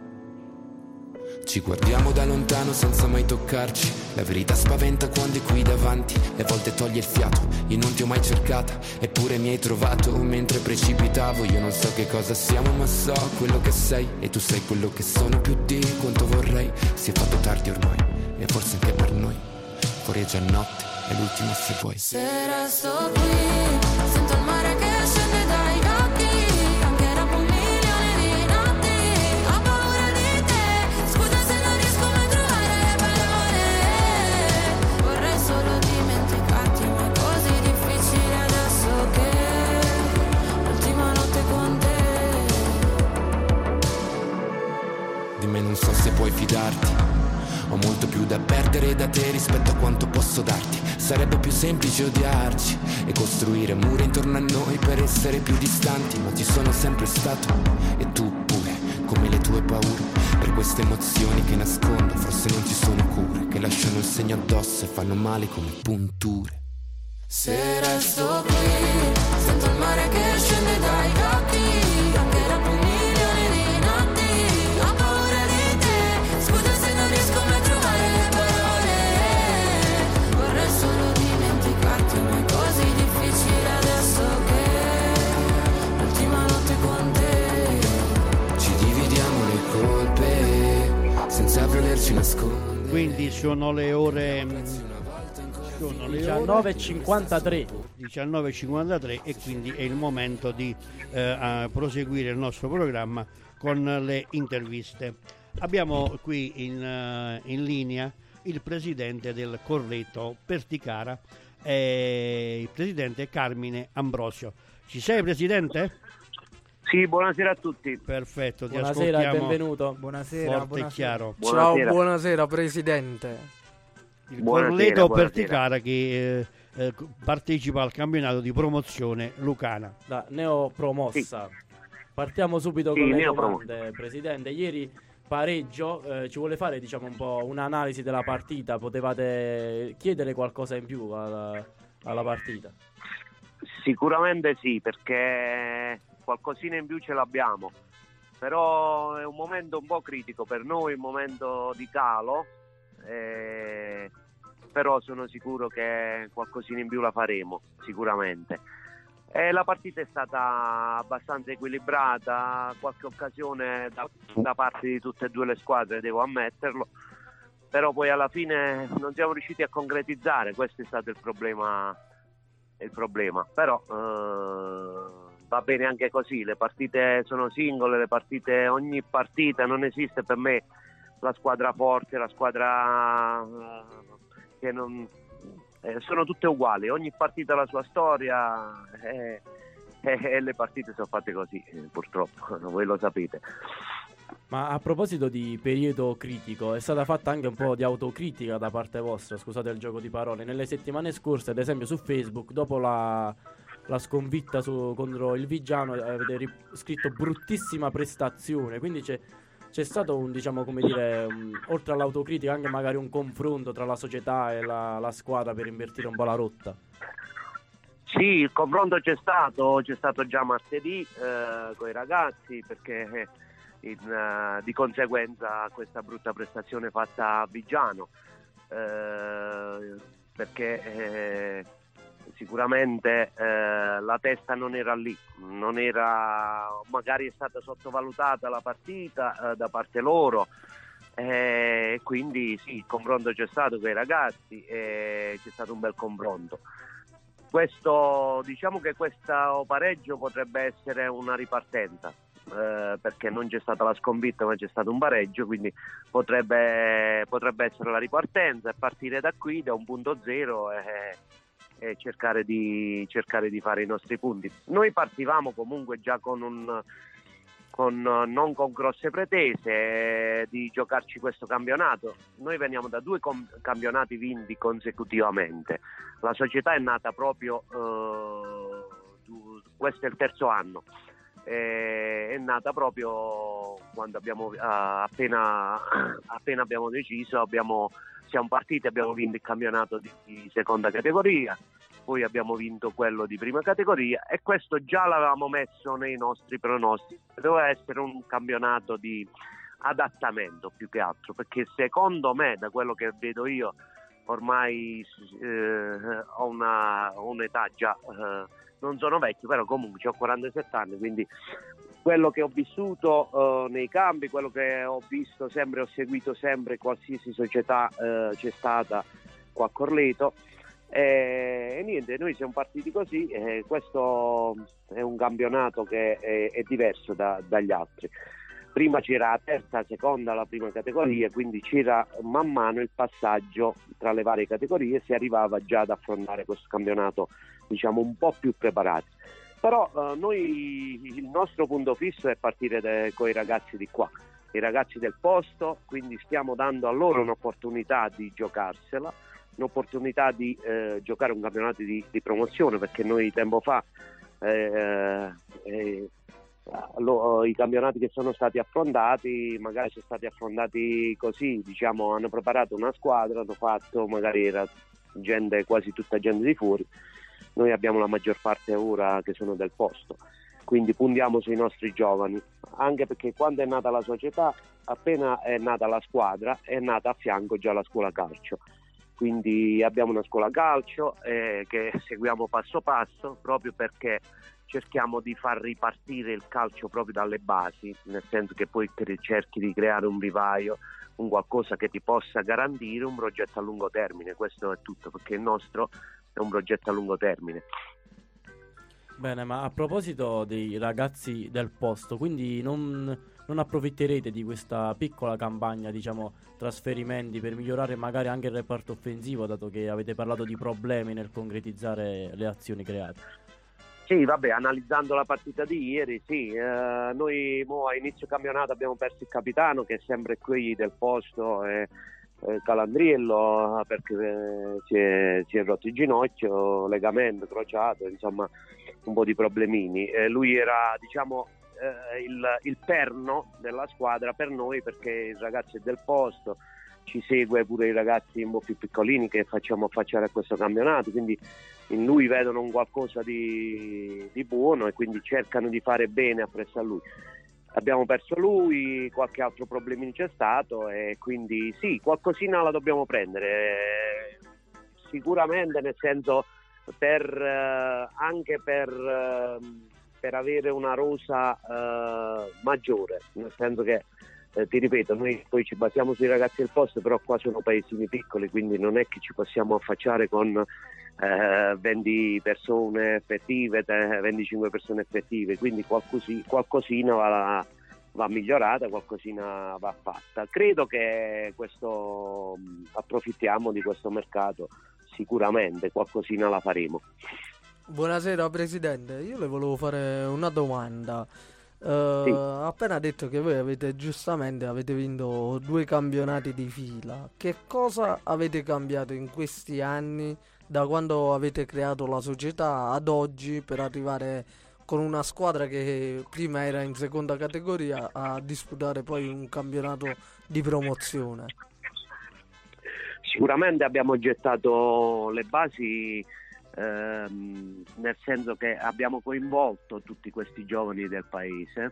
Ci guardiamo da lontano senza mai toccarci. La verità spaventa quando è qui davanti e a volte toglie il fiato. Io non ti ho mai cercata, eppure mi hai trovato mentre precipitavo. Io non so che cosa siamo, ma so quello che sei, e tu sei quello che sono più di quanto vorrei. Si è fatto tardi ormai, e forse anche per noi. Fuori è già notte, è l'ultima se vuoi. Se resto qui, sento il mare che scende dai occhi, anche dopo 1 milione di notti. Ho paura di te, scusa se non riesco mai a trovare le parole. Vorrei solo dimenticarti, ma è così difficile adesso che l'ultima notte con te. Di me non so se puoi fidarti. Ho molto più da perdere da te rispetto a quanto posso darti. Sarebbe più semplice odiarci e costruire mura intorno a noi per essere più distanti, ma ci sono sempre stato, e tu pure, come le tue paure. Per queste emozioni che nascondo forse non ci sono cure, che lasciano il segno addosso e fanno male come punture. Se resto qui, sento il mare che scende dai occhi, anche dopo 1 milione di notti. Ho paura di te, scusa se non riesco mai a trovare le parole. Vorrei solo dimenticarti, ma è così difficile adesso che l'ultima notte con te. Ci dividiamo le colpe senza volerci nascondere. Quindi sono le ore 19:53. 19:53 e quindi è il momento di proseguire il nostro programma con le interviste. Abbiamo qui in linea il presidente del Correto Perticara, il presidente Carmine Ambrosio. Ci sei, presidente? Sì, buonasera a tutti. Perfetto, ti Buonasera e ascoltiamo benvenuto. Buonasera, forte e buonasera. chiaro. Buonasera. Ciao, buonasera presidente. Il Buonasera, Corleto buonasera. Perticara che partecipa al campionato di promozione lucana. Da neopromossa. Partiamo subito Sì, con le neopromossa. domande, presidente. Ieri pareggio, ci vuole fare diciamo un po' un'analisi della partita? Potevate chiedere qualcosa in più alla partita? Sicuramente sì, perché qualcosina in più ce l'abbiamo, però è un momento un po' critico per noi, un momento di calo, però sono sicuro che qualcosina in più la faremo, sicuramente. La partita è stata abbastanza equilibrata, qualche occasione da parte di tutte e due le squadre, devo ammetterlo, però poi alla fine non siamo riusciti a concretizzare, questo è stato il problema, però va bene anche così, le partite sono singole, ogni partita, non esiste per me la squadra forte, la squadra che non... sono tutte uguali, ogni partita ha la sua storia e le partite sono fatte così, purtroppo, voi lo sapete. Ma a proposito di periodo critico, è stata fatta anche un po' di autocritica da parte vostra, scusate il gioco di parole. Nelle settimane scorse, ad esempio su Facebook, dopo la sconfitta contro il Viggiano, avete scritto bruttissima prestazione, quindi c'è stato un, diciamo, come dire, oltre all'autocritica anche magari un confronto tra la società e la squadra per invertire un po' la rotta. Sì, il confronto c'è stato già martedì con i ragazzi, perché di conseguenza questa brutta prestazione fatta a Viggiano, perché sicuramente la testa non era lì, magari è stata sottovalutata la partita da parte loro, quindi sì, il confronto c'è stato con i ragazzi e c'è stato un bel confronto. Diciamo che questo pareggio potrebbe essere una ripartenza, perché non c'è stata la sconfitta ma c'è stato un pareggio, quindi potrebbe essere la ripartenza e partire da qui, da un punto zero, e cercare di fare i nostri punti. Noi partivamo comunque già non con grosse pretese di giocarci questo campionato. Noi veniamo da 2 campionati vinti consecutivamente. La società è nata proprio, questo è il terzo anno, è nata proprio quando abbiamo appena abbiamo deciso, siamo partiti, abbiamo vinto il campionato di seconda categoria, poi abbiamo vinto quello di prima categoria, e questo già l'avevamo messo nei nostri pronostici. Doveva essere un campionato di adattamento più che altro, perché secondo me, da quello che vedo io, ormai ho un'età già, non sono vecchio, però comunque ho 47 anni, quindi quello che ho vissuto nei campi, quello che ho visto sempre, ho seguito sempre qualsiasi società c'è stata qua a Corleto, e niente, noi siamo partiti così, questo è un campionato che è diverso dagli altri. Prima c'era la terza, seconda, la prima categoria, quindi c'era man mano il passaggio tra le varie categorie e si arrivava già ad affrontare questo campionato, diciamo, un po' più preparati. Però noi, il nostro punto fisso è partire con i ragazzi di qua, i ragazzi del posto, quindi stiamo dando a loro un'opportunità di giocarsela, un'opportunità di giocare un campionato di promozione, perché noi tempo fa i campionati che sono stati affrontati magari sono stati affrontati così, diciamo, hanno preparato una squadra, hanno fatto, magari era gente, quasi tutta gente di fuori. Noi abbiamo la maggior parte ora che sono del posto, quindi puntiamo sui nostri giovani, anche perché quando è nata la società, appena è nata la squadra, è nata a fianco già la scuola calcio, quindi abbiamo una scuola calcio che seguiamo passo passo, proprio perché cerchiamo di far ripartire il calcio proprio dalle basi, nel senso che poi cerchi di creare un vivaio, un qualcosa che ti possa garantire un progetto a lungo termine. Questo è tutto, perché il nostro è un progetto a lungo termine. Bene, ma a proposito dei ragazzi del posto, quindi non approfitterete di questa piccola campagna, diciamo, trasferimenti, per migliorare magari anche il reparto offensivo, dato che avete parlato di problemi nel concretizzare le azioni create? Sì, vabbè, analizzando la partita di ieri, sì, noi a inizio campionato abbiamo perso il capitano, che è sempre qui del posto, Calandriello, perché si è rotto il ginocchio, legamento crociato, insomma un po' di problemini. Lui era, diciamo, il perno della squadra per noi, perché il ragazzo è del posto, ci segue pure i ragazzi un po' più piccolini che facciamo affacciare a questo campionato, quindi in lui vedono un qualcosa di buono e quindi cercano di fare bene appresso a lui. Abbiamo perso lui, qualche altro problemino c'è stato, e quindi sì, qualcosina la dobbiamo prendere, sicuramente, nel senso anche per avere una rosa maggiore, nel senso che ti ripeto, noi poi ci basiamo sui ragazzi del posto, però qua sono paesini piccoli, quindi non è che ci possiamo affacciare con 20 persone effettive, 25 persone effettive, quindi qualcosina va migliorata, qualcosina va fatta. Credo che approfittiamo di questo mercato, sicuramente qualcosina la faremo. Buonasera Presidente, io le volevo fare una domanda. Sì. Appena detto che voi avete vinto 2 campionati di fila, che cosa avete cambiato in questi anni, da quando avete creato la società ad oggi, per arrivare con una squadra che prima era in seconda categoria a disputare poi un campionato di promozione? Sicuramente abbiamo gettato le basi nel senso che abbiamo coinvolto tutti questi giovani del paese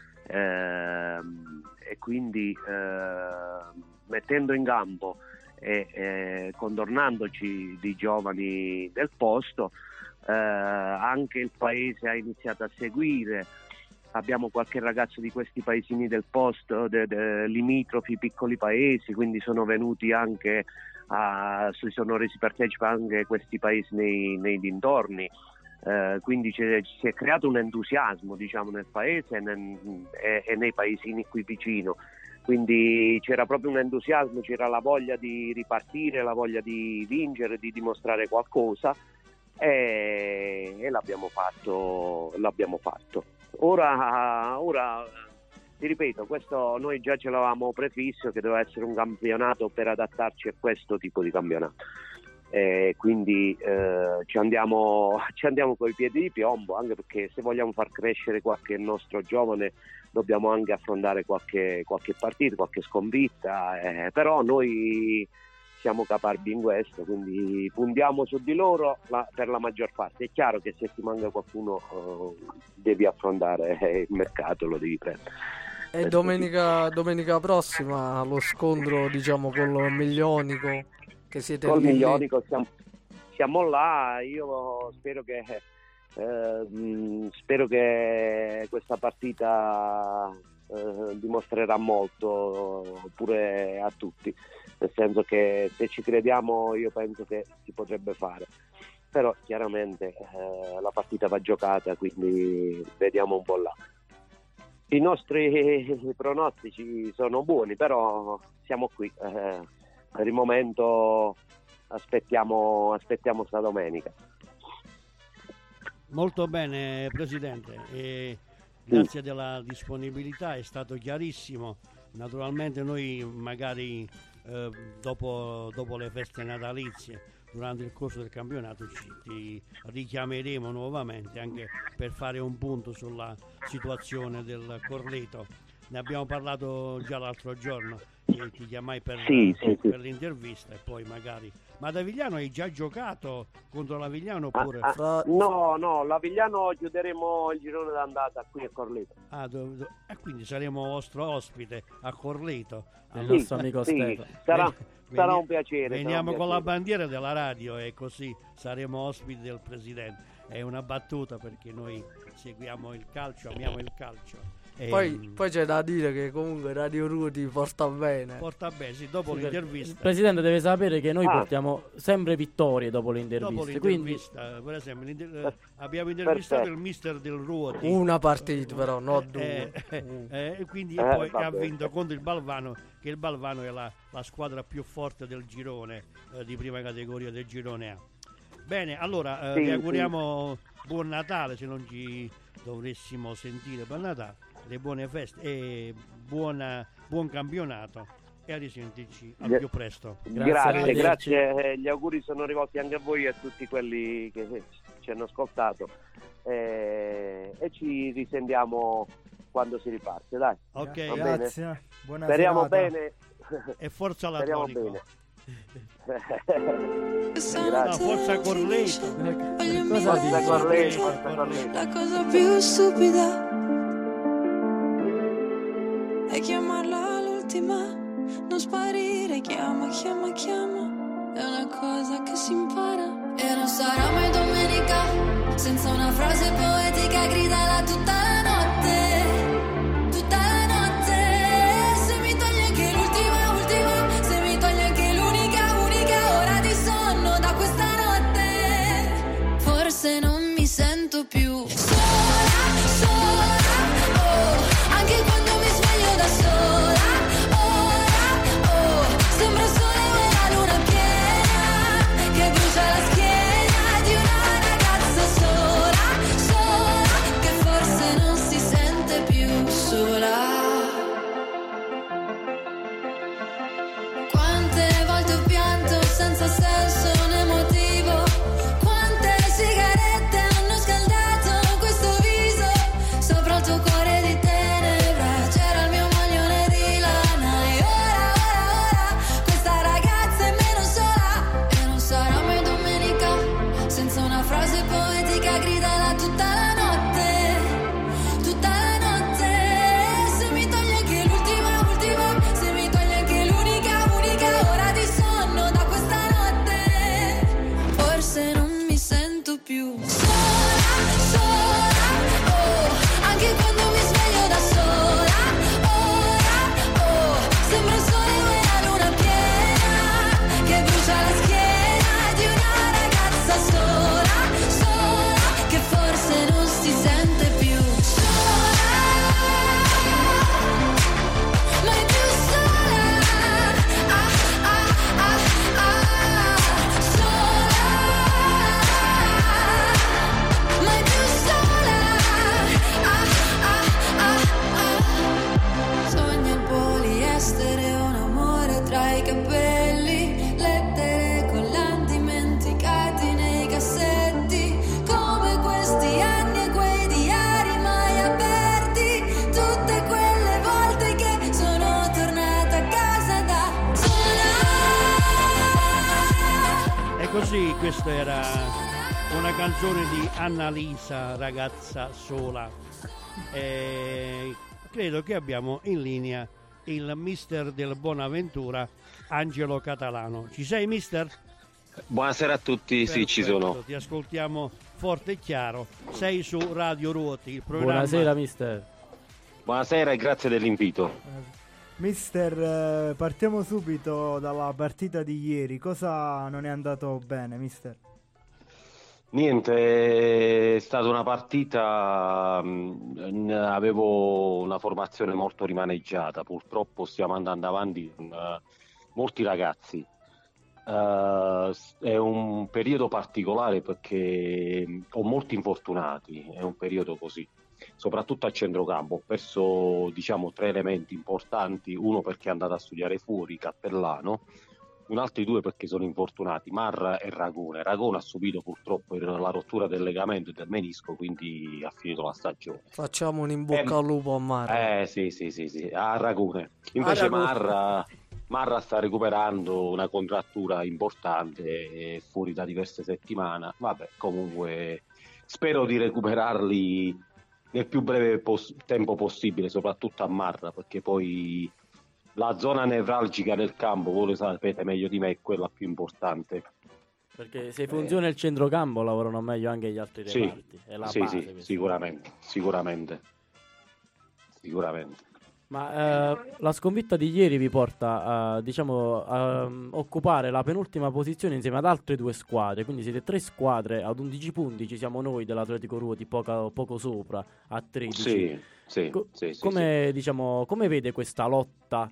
e quindi mettendo in campo e condornandoci di giovani del posto, anche il paese ha iniziato a seguire. Abbiamo qualche ragazzo di questi paesini del posto, limitrofi, piccoli paesi, quindi sono venuti anche si sono resi partecipanti anche questi paesi nei dintorni, quindi si è creato un entusiasmo, diciamo, nel paese e nei paesini qui vicino, quindi c'era proprio un entusiasmo, c'era la voglia di ripartire, la voglia di vincere, di dimostrare qualcosa e l'abbiamo fatto. Ora ti ripeto, questo noi già ce l'avevamo prefisso che doveva essere un campionato per adattarci a questo tipo di campionato, quindi ci andiamo coi piedi di piombo, anche perché se vogliamo far crescere qualche nostro giovane dobbiamo anche affrontare qualche partita, qualche sconfitta, però noi siamo caparbi in questo, quindi puntiamo su di loro per la maggior parte. È chiaro che se ti manca qualcuno devi affrontare il mercato, lo devi prendere. E domenica prossima lo scontro, diciamo, con lo Miglionico, che siete col lì. Miglionico siamo là. Io spero che questa partita dimostrerà molto pure a tutti, nel senso che se ci crediamo io penso che si potrebbe fare, però chiaramente la partita va giocata, quindi vediamo un po' là. I nostri pronostici sono buoni, però siamo qui, per il momento aspettiamo sta domenica. Molto bene, Presidente, grazie della disponibilità, è stato chiarissimo. Naturalmente noi magari dopo le feste natalizie, durante il corso del campionato, ti richiameremo nuovamente anche per fare un punto sulla situazione del Corleto. Ne abbiamo parlato già l'altro giorno, ti chiamai per l'intervista e poi magari... Ma da Avigliano hai già giocato contro l'Avigliano oppure? No, l'Avigliano chiuderemo il girone d'andata qui a Corleto. Quindi saremo vostro ospite a Corleto. Il nostro amico Stefano. Sarà un piacere. Veniamo con la bandiera della radio e così saremo ospiti del Presidente. È una battuta perché noi seguiamo il calcio, amiamo il calcio. Poi c'è da dire che comunque Radio Ruti porta bene, sì, dopo l'intervista. Il Presidente deve sapere che noi portiamo sempre vittorie dopo le interviste. Quindi... per esempio, abbiamo intervistato il mister del Ruoti. Una partita però, non due. Quindi poi ha vinto contro il Balvano, che il Balvano è la squadra più forte del girone, di prima categoria del girone A. Bene, allora vi auguriamo buon Natale, se non ci dovessimo sentire per Natale, le buone feste e buon campionato e a risentirci al più presto. Grazie, gli auguri sono rivolti anche a voi e a tutti quelli che ci hanno ascoltato e ci risentiamo quando si riparte, dai. Ok, grazie. Buona speriamo serata. bene e forza la speriamo Tonico. bene. Forza Corleto. Forza Corleto. La cosa più stupida è chiamarla l'ultima, non sparire, chiama, è una cosa che si impara. E non sarà mai domenica senza una frase poetica, gridala tutta la notte, se mi togli anche l'ultima, se mi togli anche l'unica ora di sonno da questa notte, forse non mi sento più sola, anche quando mi sveglio da sola, sembra il sole o la luna piena che brucia la schiena di una ragazza sola, che forse non si sente più sola. Quante volte ho pianto senza senso né motivo, quante sigarette hanno scaldato ora gridala tutta la notte, tutta la notte. Se mi togli anche l'ultima, ultima, se mi togli anche l'unica, unica ora di sonno da questa notte, forse non mi sento più sola, sola, oh, anche quando mi sveglio da sola, ora, oh, sembra il sole e la luna piena che brucia la schiena di una ragazza sola, sola, che forse non si sente più sola, mai più sola, ah, ah, ah, ah, sola, mai più sola, ah, ah, ah, ah. Sogno il poliestere, un amore tra i capelli, lettere collanti dimenticati nei cassetti, come questi anni e quei diari mai aperti, tutte quelle volte che sono tornata a casa da sola. E così questa era una canzone di Annalisa, ragazza sola. Credo che abbiamo in linea il mister del Bonaventura, Angelo Catalano. Ci sei, mister? Buonasera a tutti, sì, ci Perfetto, sono. ti ascoltiamo forte e chiaro. Sei su Radio Ruoti, il programma. Buonasera mister. Buonasera e grazie dell'invito. Mister, partiamo subito dalla partita di ieri. Cosa non è andato bene, mister? Niente, è stata una partita, avevo una formazione molto rimaneggiata, purtroppo stiamo andando avanti con molti ragazzi. È un periodo particolare perché ho molti infortunati, è un periodo così, soprattutto a centrocampo. Ho perso, diciamo, 3 elementi importanti, uno perché è andato a studiare fuori, Cappellano, un altri 2 perché sono infortunati, Marra e Ragone. Ragone ha subito purtroppo la rottura del legamento e del menisco, quindi ha finito la stagione. Facciamo un in bocca al lupo a Marra. Sì, a Ragone. Invece Ragone. Marra sta recuperando una contrattura importante, è fuori da diverse settimane. Vabbè, comunque spero di recuperarli nel più breve tempo possibile, soprattutto a Marra, perché poi la zona nevralgica del campo, voi lo sapete meglio di me, è quella più importante. Perché se funziona il centrocampo lavorano meglio anche gli altri Sì, reparti. È la sì, base sì, questa. sicuramente. Ma la sconfitta di ieri vi porta a occupare la penultima posizione insieme ad altre 2 squadre, quindi siete 3 squadre ad 11 punti, ci siamo noi dell'Atletico Ruoti poco sopra a 13. Sì. Come, diciamo, come vede questa lotta?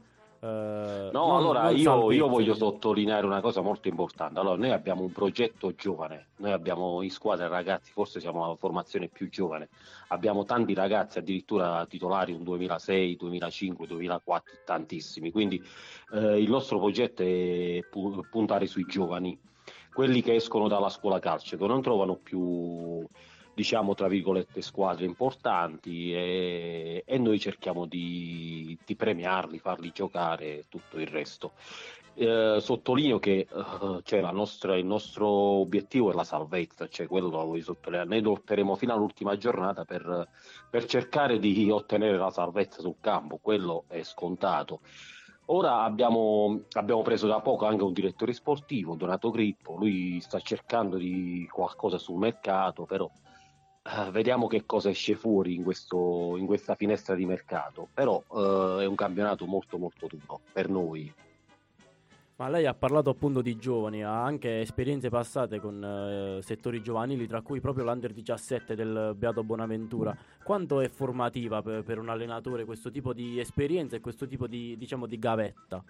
Allora io voglio sottolineare una cosa molto importante. Allora, noi abbiamo un progetto giovane, noi abbiamo in squadra ragazzi, forse siamo la formazione più giovane, abbiamo tanti ragazzi addirittura titolari un 2006, 2005, 2004, tantissimi, quindi il nostro progetto è puntare sui giovani, quelli che escono dalla scuola calcio, che non trovano più, diciamo, tra virgolette, squadre importanti, e noi cerchiamo di premiarli, farli giocare e tutto il resto. Sottolineo che il nostro obiettivo è la salvezza, cioè quello lo voglio sottolineare. Noi lotteremo fino all'ultima giornata per cercare di ottenere la salvezza sul campo, quello è scontato. Ora abbiamo preso da poco anche un direttore sportivo, Donato Grippo, lui sta cercando di qualcosa sul mercato, però vediamo che cosa esce fuori in questa finestra di mercato, però è un campionato molto molto duro per noi. Ma lei ha parlato appunto di giovani, ha anche esperienze passate con settori giovanili, tra cui proprio l'Under 17 del Beato Bonaventura. Quanto è formativa per un allenatore questo tipo di esperienza e questo tipo di, diciamo, di gavetta?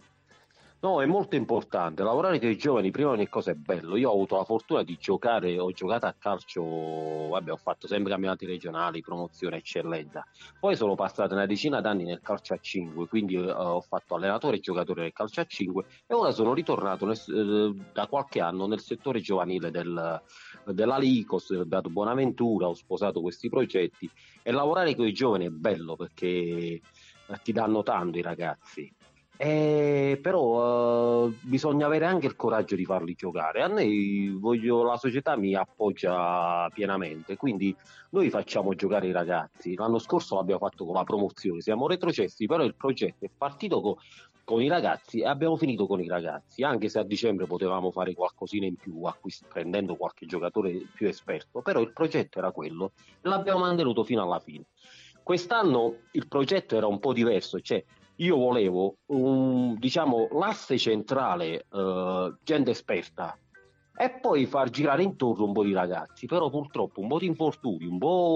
No, è molto importante lavorare con i giovani. Prima ogni cosa è bello. Io ho avuto la fortuna di giocare, ho giocato a calcio, ho fatto sempre campionati regionali, promozione, eccellenza. Poi sono passato una decina d'anni nel calcio a 5, quindi ho fatto allenatore e giocatore del calcio a 5, e ora sono ritornato da qualche anno nel settore giovanile della Licos, del Beato Bonaventura. Ho sposato questi progetti, e lavorare con i giovani è bello perché ti danno tanto i ragazzi. Però bisogna avere anche il coraggio di farli giocare. A noi la società mi appoggia pienamente, quindi noi facciamo giocare i ragazzi. L'anno scorso l'abbiamo fatto con la promozione, siamo retrocessi, però il progetto è partito con i ragazzi e abbiamo finito con i ragazzi, anche se a dicembre potevamo fare qualcosina in più prendendo qualche giocatore più esperto, però il progetto era quello e l'abbiamo mantenuto fino alla fine. Quest'anno il progetto era un po' diverso, cioè io volevo l'asse centrale, gente esperta, e poi far girare intorno un po' di ragazzi, però purtroppo un po' di infortuni,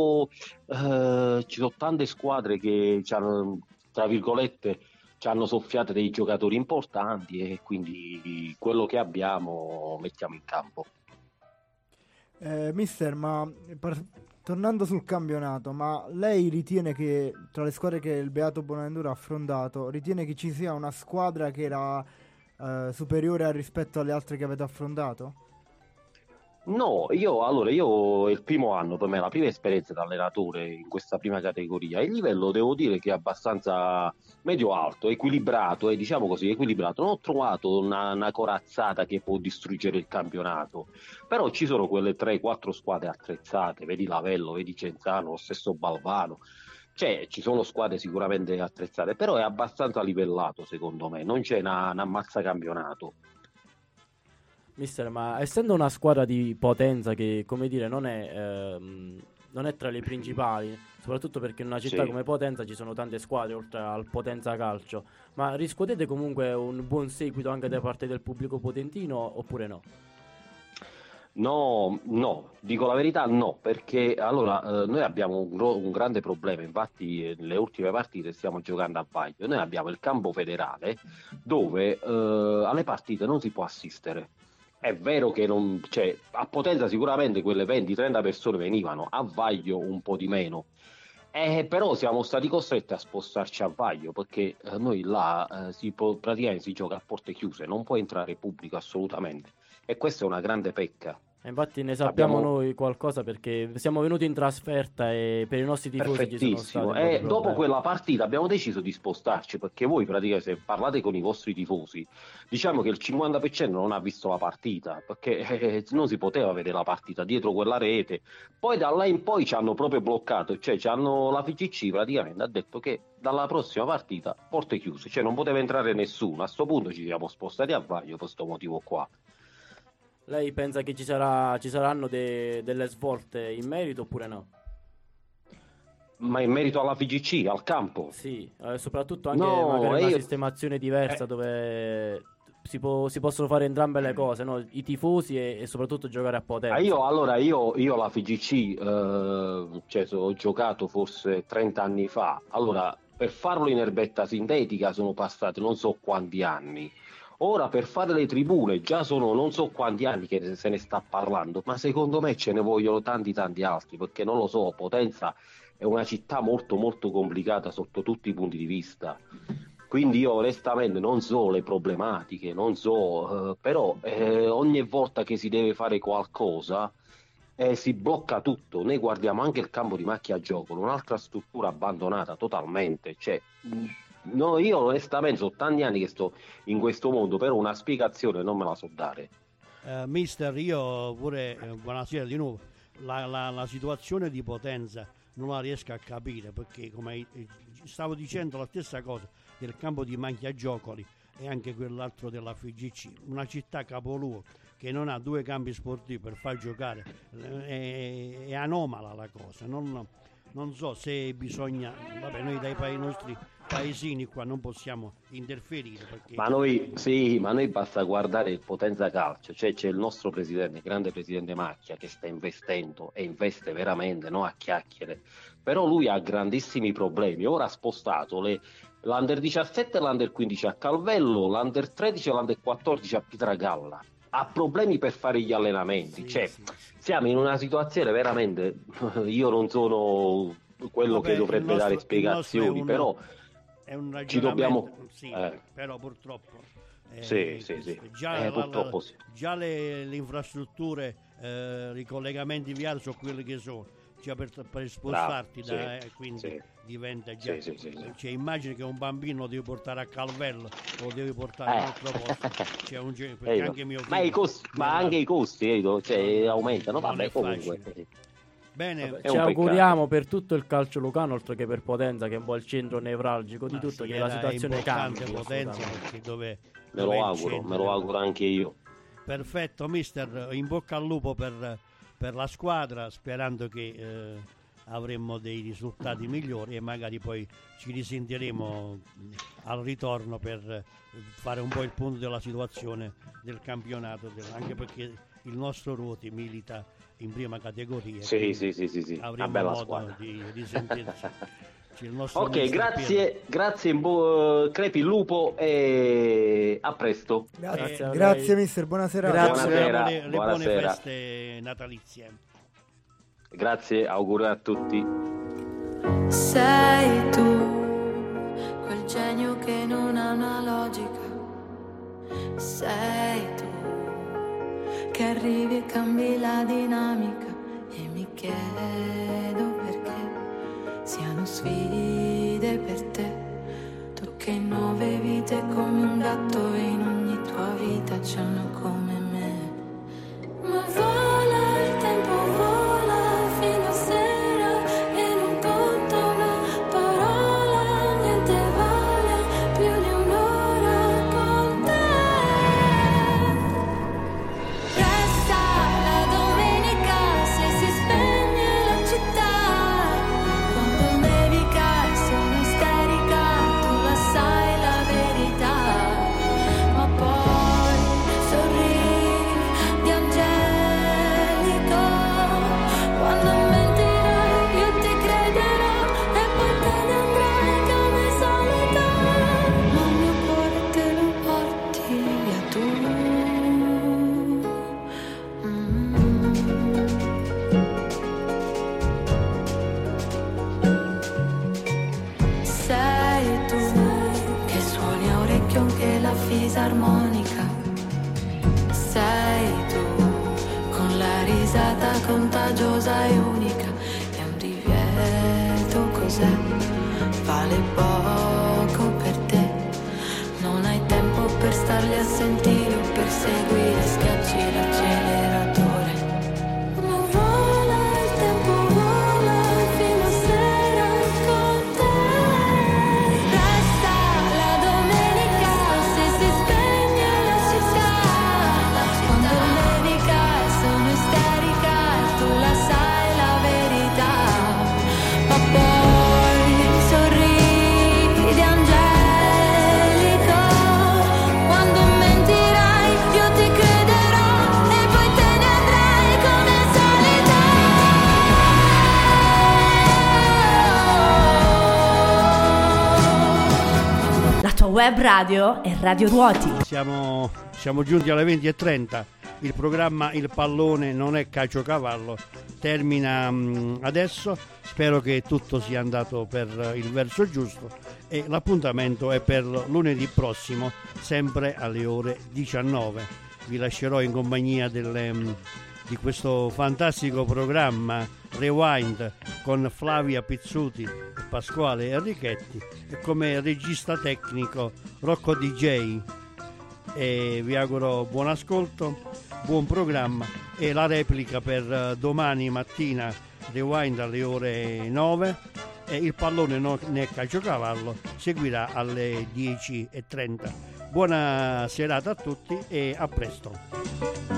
ci sono tante squadre che tra virgolette ci hanno soffiato dei giocatori importanti e quindi quello che abbiamo mettiamo in campo. Mister, ma tornando sul campionato, ma lei ritiene che tra le squadre che il Beato Bonaventura ha affrontato, ritiene che ci sia una squadra che era superiore rispetto alle altre che avete affrontato? No, io il primo anno, per me la prima esperienza da allenatore in questa prima categoria, il livello devo dire che è abbastanza medio-alto, equilibrato, diciamo così, equilibrato. Non ho trovato una corazzata che può distruggere il campionato, però ci sono quelle 3-4 squadre attrezzate, vedi Lavello, vedi Cenzano, lo stesso Balvano, cioè ci sono squadre sicuramente attrezzate, però è abbastanza livellato secondo me, non c'è una ammazzacampionato. Mister, ma essendo una squadra di potenza che, come dire, non è tra le principali, soprattutto perché in una città come Potenza ci sono tante squadre oltre al Potenza Calcio, ma riscuotete comunque un buon seguito anche da parte del pubblico potentino oppure no? No, dico la verità, no, perché allora noi abbiamo un grande problema, infatti nelle ultime partite stiamo giocando a Vaglio, noi abbiamo il campo federale dove alle partite non si può assistere. È vero che a Potenza sicuramente quelle 20-30 persone venivano, a Vaglio un po' di meno, però siamo stati costretti a spostarci a Vaglio perché noi là praticamente si gioca a porte chiuse, non può entrare pubblico assolutamente e questa è una grande pecca. Infatti ne sappiamo noi qualcosa perché siamo venuti in trasferta e per i nostri tifosi ci sono stati e dopo quella partita abbiamo deciso di spostarci perché voi praticamente se parlate con i vostri tifosi diciamo che il 50% non ha visto la partita perché non si poteva vedere la partita dietro quella rete, poi da là in poi ci hanno proprio bloccato, cioè la FIGC praticamente ha detto che dalla prossima partita porte chiuse, cioè non poteva entrare nessuno. A sto punto ci siamo spostati a Vaglio per questo motivo qua. Lei pensa che ci saranno delle svolte in merito oppure no? Ma in merito alla FIGC, al campo? Sì, soprattutto anche magari una sistemazione diversa dove si possono fare entrambe le cose, no? I tifosi e soprattutto giocare a Potenza. Io la FIGC ho giocato forse 30 anni fa. Allora, per farlo in erbetta sintetica sono passati non so quanti anni. Ora per fare le tribune già sono non so quanti anni che se ne sta parlando, ma secondo me ce ne vogliono tanti altri, perché non lo so, Potenza è una città molto molto complicata sotto tutti i punti di vista. Quindi io onestamente non so le problematiche, però ogni volta che si deve fare qualcosa si blocca tutto. Noi guardiamo anche il campo di Macchia Giocolo, un'altra struttura abbandonata totalmente, no, io onestamente sono tanti anni che sto in questo mondo, però una spiegazione non me la so dare. Mister, io pure, buonasera di nuovo, la situazione di Potenza non la riesco a capire perché come stavo dicendo la stessa cosa del campo di Macchia Giocoli e anche quell'altro della FIGC, una città capoluogo che non ha due campi sportivi per far giocare, è anomala la cosa, non so se bisogna, noi dai nostri paesini qua non possiamo interferire perché... ma noi basta guardare il Potenza Calcio, cioè c'è il nostro presidente, il grande presidente Macchia che sta investendo e investe veramente, no a chiacchiere, però lui ha grandissimi problemi. Ora ha spostato l'Under 17 e l'Under 15 a Calvello, l'Under 13 e l'Under 14 a Pietragalla, ha problemi per fare gli allenamenti, siamo in una situazione veramente, io non sono quello che dovrebbe dare spiegazioni, però è un ragionamento, ci dobbiamo però purtroppo purtroppo già le infrastrutture, i collegamenti viari sono quelli che sono, cioè per spostarti Bravo, quindi sì. diventa già Sì. cioè, immagini che un bambino lo devi portare a Calvello o lo devi portare a un altro posto, c'è perché anche mio figlio, ma anche i costi aumentano, non vabbè, è comunque facile. Bene, Ci auguriamo per tutto il calcio lucano, oltre che per Potenza, che è un po' il centro nevralgico di tutto, che la situazione cambi. Potenza, perché dove me lo auguro anche io. Perfetto, mister, in bocca al lupo per la squadra, sperando che avremo dei risultati migliori e magari poi ci risentiremo al ritorno per fare un po' il punto della situazione del campionato, anche perché il nostro Ruoti milita in prima categoria. Sì. Avremo Una bella modo squadra. di risentirci. Ok, grazie, crepi il lupo e a presto. Grazie mister, buona serata. Buonasera, le buone buonasera. feste natalizie. Grazie, auguri a tutti. Sei tu, quel genio che non ha una logica. Sei tu, che arrivi e cambi la dinamica. E mi chiedo perché siano sfide per te. Tu che in 9 vite come un gatto e in ogni tua vita c'è uno come me. Ma vola il tempo, vola fino a sera e non conta una parola, niente vale più di un'ora con te. Resta la domenica se si spegne la città, quando nevica e sono isterica, tu la sai la verità, ma poi sorridi di angelico, quando mentirai io ti crederò e poi te ne andrai come solito, ma il mio cuore te lo porti via tu. Sei tu che suoni a orecchio anche la fisarmonica. Sei tu con la risata contagiosa e unica. È un divieto, cos'è? Vale poco per te. Non hai tempo per starli a sentire o per seguire, schiacci l'acceleratore. Ma vola il tempo, vola fino a sera con te. Resta la domenica se si spegne la città, quando nevica e sono isterica e tu la sai la verità, ma poi sorridi angelico, quando mentirai io ti crederò e poi te ne andrai come solito. La tua web radio è Radio Ruoti. Siamo giunti alle 20:30. Il programma Il Pallone non è calciocavallo termina adesso. Spero che tutto sia andato per il verso giusto e l'appuntamento è per lunedì prossimo, sempre alle ore 19. Vi lascerò in compagnia di questo fantastico programma Rewind con Flavia Pizzuti e Pasquale Enrichetti e come regista tecnico Rocco DJ. E vi auguro buon ascolto, buon programma e la replica per domani mattina Rewind alle ore 9 e il pallone non è calciocavallo seguirà alle 10:30. Buona serata a tutti e a presto.